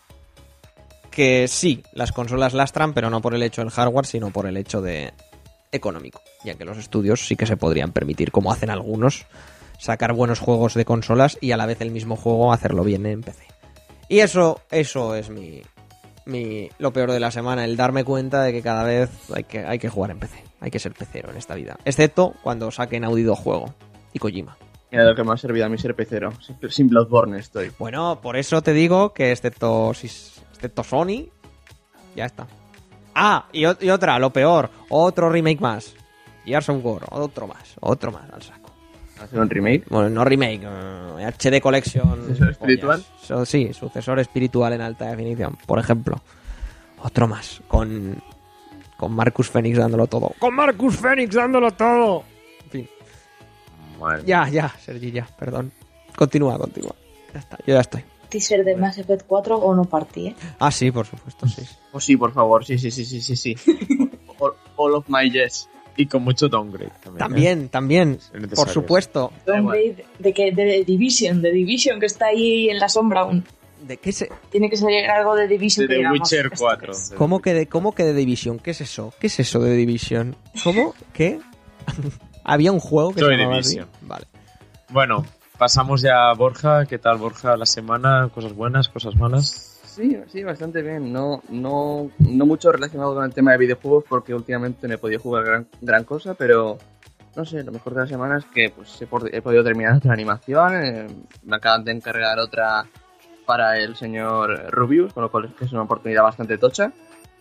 que sí, las consolas lastran, pero no por el hecho del hardware, sino por el hecho de económico, ya que los estudios sí que se podrían permitir, como hacen algunos, sacar buenos juegos de consolas y a la vez el mismo juego hacerlo bien en P C. Y eso, eso es mi... Mi, lo peor de la semana, el darme cuenta de que cada vez hay que, hay que jugar en P C. Hay que ser pecero en esta vida. Excepto cuando saquen Audi dos juego y Kojima. Era lo que me ha servido a mí ser pecero. Sin Bloodborne estoy. Bueno, por eso te digo que excepto, excepto Sony, ya está. Ah, y, y otra, lo peor. Otro remake más. Gears of War, otro más. Otro más al saco. ¿Hacer un remake? Bueno, no remake, uh, H D Collection. ¿Sucesor espiritual? So, sí, sucesor espiritual en alta definición, por ejemplo. Otro más, con, con Marcus Phoenix dándolo todo. ¡Con Marcus Phoenix dándolo todo! En fin. Bueno. Ya, ya, Sergi, ya, perdón. Continúa, continúa. Ya está, yo ya estoy. Teaser de Mass Effect cuatro o no partí, ¿eh? Ah, sí, por supuesto, sí. Oh, sí, por favor, sí, sí, sí, sí, sí, sí. all, all of my yes. Y con mucho downgrade también. También, ¿eh? también, Es por supuesto. Downgrade de que de, de Division, de Division que está ahí en la sombra aún. ¿De qué se...? Tiene que salir algo de Division. De que The digamos, Witcher esto cuatro. es. ¿Cómo que de, cómo que de Division? ¿Qué es eso? ¿Qué es eso de Division? ¿Cómo? ¿Qué? ¿Había un juego que Joy se llamaba Division. así? Vale. Bueno, pasamos ya a Borja. ¿Qué tal, Borja, la semana? ¿Cosas buenas, cosas malas? Sí, sí, bastante bien. No, no, no mucho relacionado con el tema de videojuegos porque últimamente no he podido jugar gran, gran cosa, pero no sé, lo mejor de la semana es que pues, he, he podido terminar otra animación. Eh, me acaban de encargar otra para el señor Rubius, con lo cual es que es una oportunidad bastante tocha.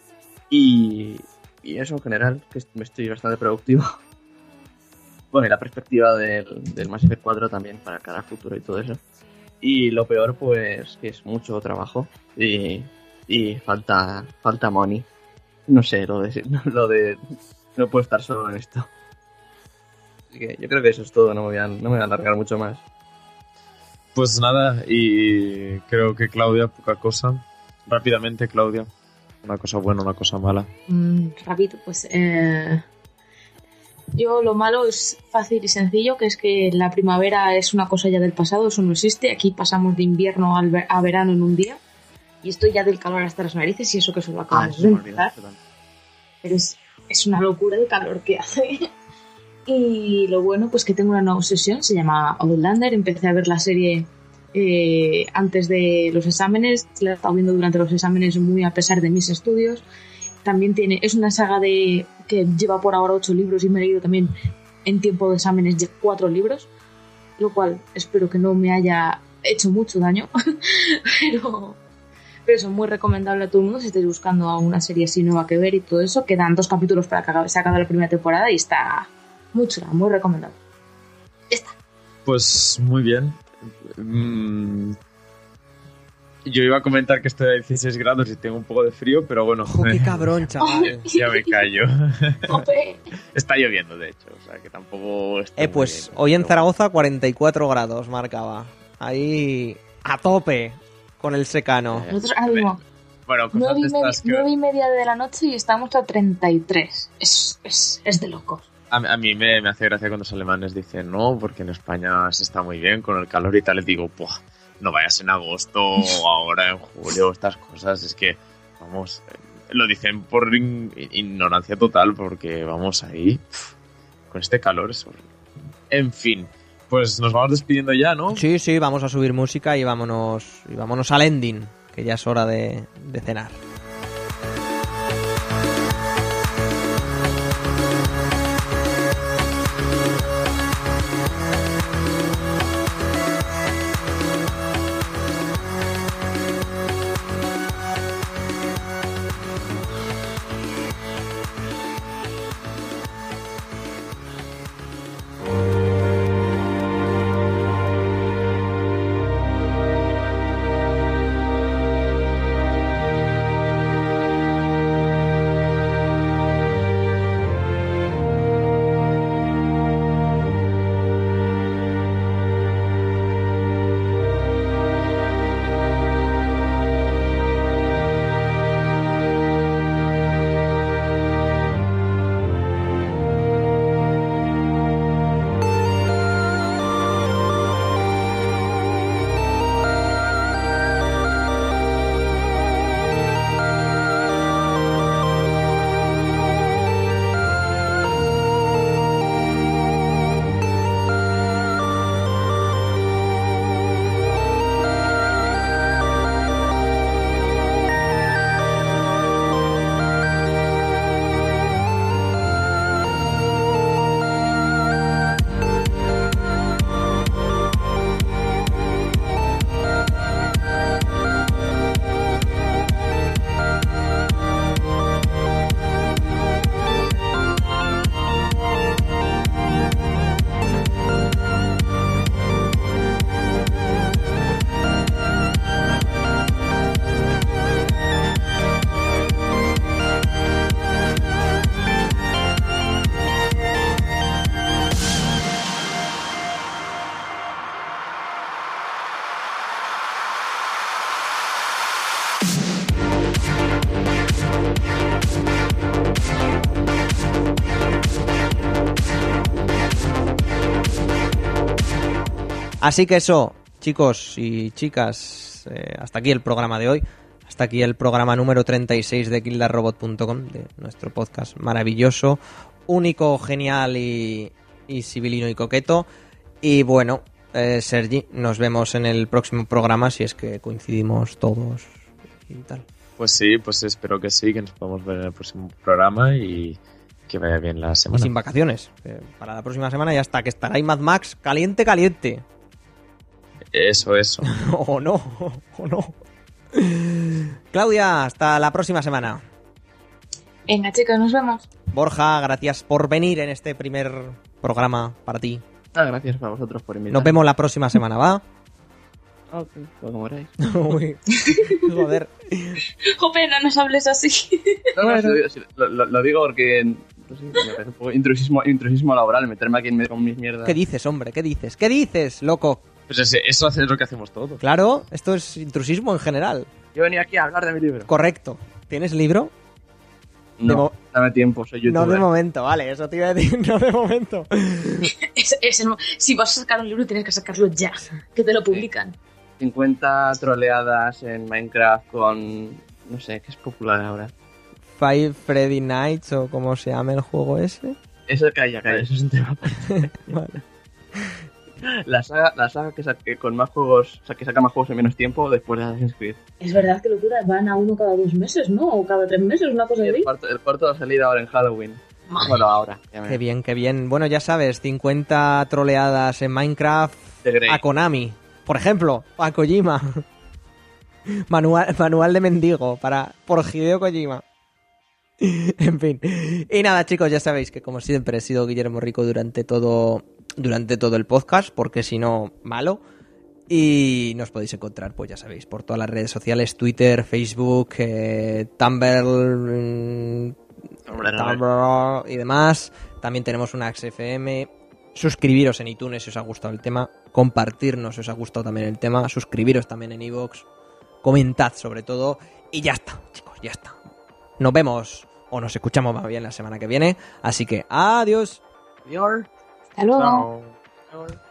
Y, y eso en general, que me estoy bastante productivo. Bueno, y la perspectiva del, del Mass Effect cuatro también para cada futuro y todo eso. Y lo peor, pues, que es mucho trabajo y, y falta falta money. No sé, lo de, lo de... No puedo estar solo en esto. Así que yo creo que eso es todo, no me voy a, no me voy a alargar mucho más. Pues nada, y creo que Claudia, poca cosa. Rápidamente, Claudia. Una cosa buena, una cosa mala. Mm, rápido, pues... Eh... Yo lo malo es fácil y sencillo, que es que la primavera es una cosa ya del pasado, eso no existe. Aquí pasamos de invierno al ver- a verano en un día y estoy ya del calor hasta las narices y eso que solo acabamos de empezar. Pero es, es una locura de calor que hace. Y lo bueno, pues que tengo una nueva obsesión, se llama Outlander. Empecé a ver la serie eh, antes de los exámenes, la he estado viendo durante los exámenes muy a pesar de mis estudios. También tiene, es una saga de que lleva por ahora ocho libros y me he leído también en tiempo de exámenes de cuatro libros, lo cual espero que no me haya hecho mucho daño, pero, pero eso, muy recomendable a todo el mundo si estáis buscando alguna serie así nueva que ver y todo eso. Quedan dos capítulos para que se acabe la primera temporada y está muy chula, muy recomendable. Ya está. Pues muy bien. Mm, yo iba a comentar que estoy a dieciséis grados y tengo un poco de frío, pero bueno. ¡Oh, qué cabrón, chaval! Ya me callo. Jope. Está lloviendo, de hecho, o sea que tampoco está Eh, muy pues bien, hoy en pero- Zaragoza cuarenta y cuatro grados marcaba. Ahí a tope con el secano. Eh, Nosotros ahora mismo Bueno, cosas nueve de y, media, estas que... nueve y media de la noche y estamos a treinta y tres. Es, es, es de locos. A, a mí me, me hace gracia cuando los alemanes dicen no, porque en España se está muy bien con el calor y tal. Les digo, ¡buah! No vayas en agosto o ahora en julio, estas cosas. Es que, vamos, eh, lo dicen por in- ignorancia total, porque vamos ahí, pf, con este calor es horrible. En fin, pues nos vamos despidiendo ya, ¿no? Sí, sí, vamos a subir música y vámonos, y vámonos al ending, que ya es hora de, de cenar. Así que eso, chicos y chicas, eh, hasta aquí el programa de hoy. Hasta aquí el programa número treinta y seis de kill the robot punto com, de nuestro podcast maravilloso, único, genial y, y civilino y coqueto. Y bueno, eh, Sergi, nos vemos en el próximo programa si es que coincidimos todos y tal. Pues sí, pues espero que sí, que nos podamos ver en el próximo programa y que vaya bien la Y semana. sin vacaciones. Eh, para la próxima semana ya está, que estará ahí Mad Max caliente, caliente. Eso, eso. O no, o no. Claudia, hasta la próxima semana. Venga, chicos, nos vemos. Borja, gracias por venir en este primer programa para ti. Ah, gracias para vosotros por invitarme. Nos vemos la próxima semana, ¿va? Ok, pues como queráis. Uy, joder. Jope, no nos hables así. No, no, sí, sí, lo, lo- lo digo porque no sé, me parece un poco intrusismo, intrusismo laboral meterme aquí en medio con mis mierdas. ¿Qué dices, hombre? ¿Qué dices? ¿Qué dices, loco? Pues ese- eso es lo que hacemos todos. Claro, esto es intrusismo en general. Yo venía aquí a hablar de mi libro. Correcto. ¿Tienes libro? de No, mo- dame tiempo, soy No youtuber. de momento, vale, eso te iba a decir, no de momento. Es- es el mo- si vas a sacar un libro, tienes que sacarlo ya. Que te lo publican. cincuenta troleadas en Minecraft con... no sé, ¿qué es popular ahora? Five Freddy Nights o como se llama el juego ese. Eso, calla, calla, eso es un tema. Vale. La saga, la saga que saque con más juegos, o sea, que saca más juegos en menos tiempo después de Assassin's Creed. Es verdad que locura, van a uno cada dos meses, ¿no? O cada tres meses, una cosa El así. cuarto, el cuarto va a salir ahora en Halloween. Madre. Bueno, ahora. Ya me... Qué bien, qué bien. Bueno, ya sabes, cincuenta troleadas en Minecraft The Grey. a Konami. Por ejemplo, a Kojima. Manual, manual de mendigo para por Hideo Kojima. En fin. Y nada, chicos, ya sabéis que como siempre he sido Guillermo Rico durante todo durante todo el podcast, porque si no, malo. Y nos podéis encontrar, pues ya sabéis, por todas las redes sociales, Twitter, Facebook, eh, Tumblr, mm, Tumblr y demás. También tenemos una X F M. Suscribiros en iTunes si os ha gustado el tema. Compartirnos si os ha gustado también el tema. Suscribiros también en iVoox. Comentad sobre todo. Y ya está, chicos, ya está. Nos vemos o nos escuchamos más bien la semana que viene. Así que adiós. Adiós. Hasta luego. Chao. Adiós.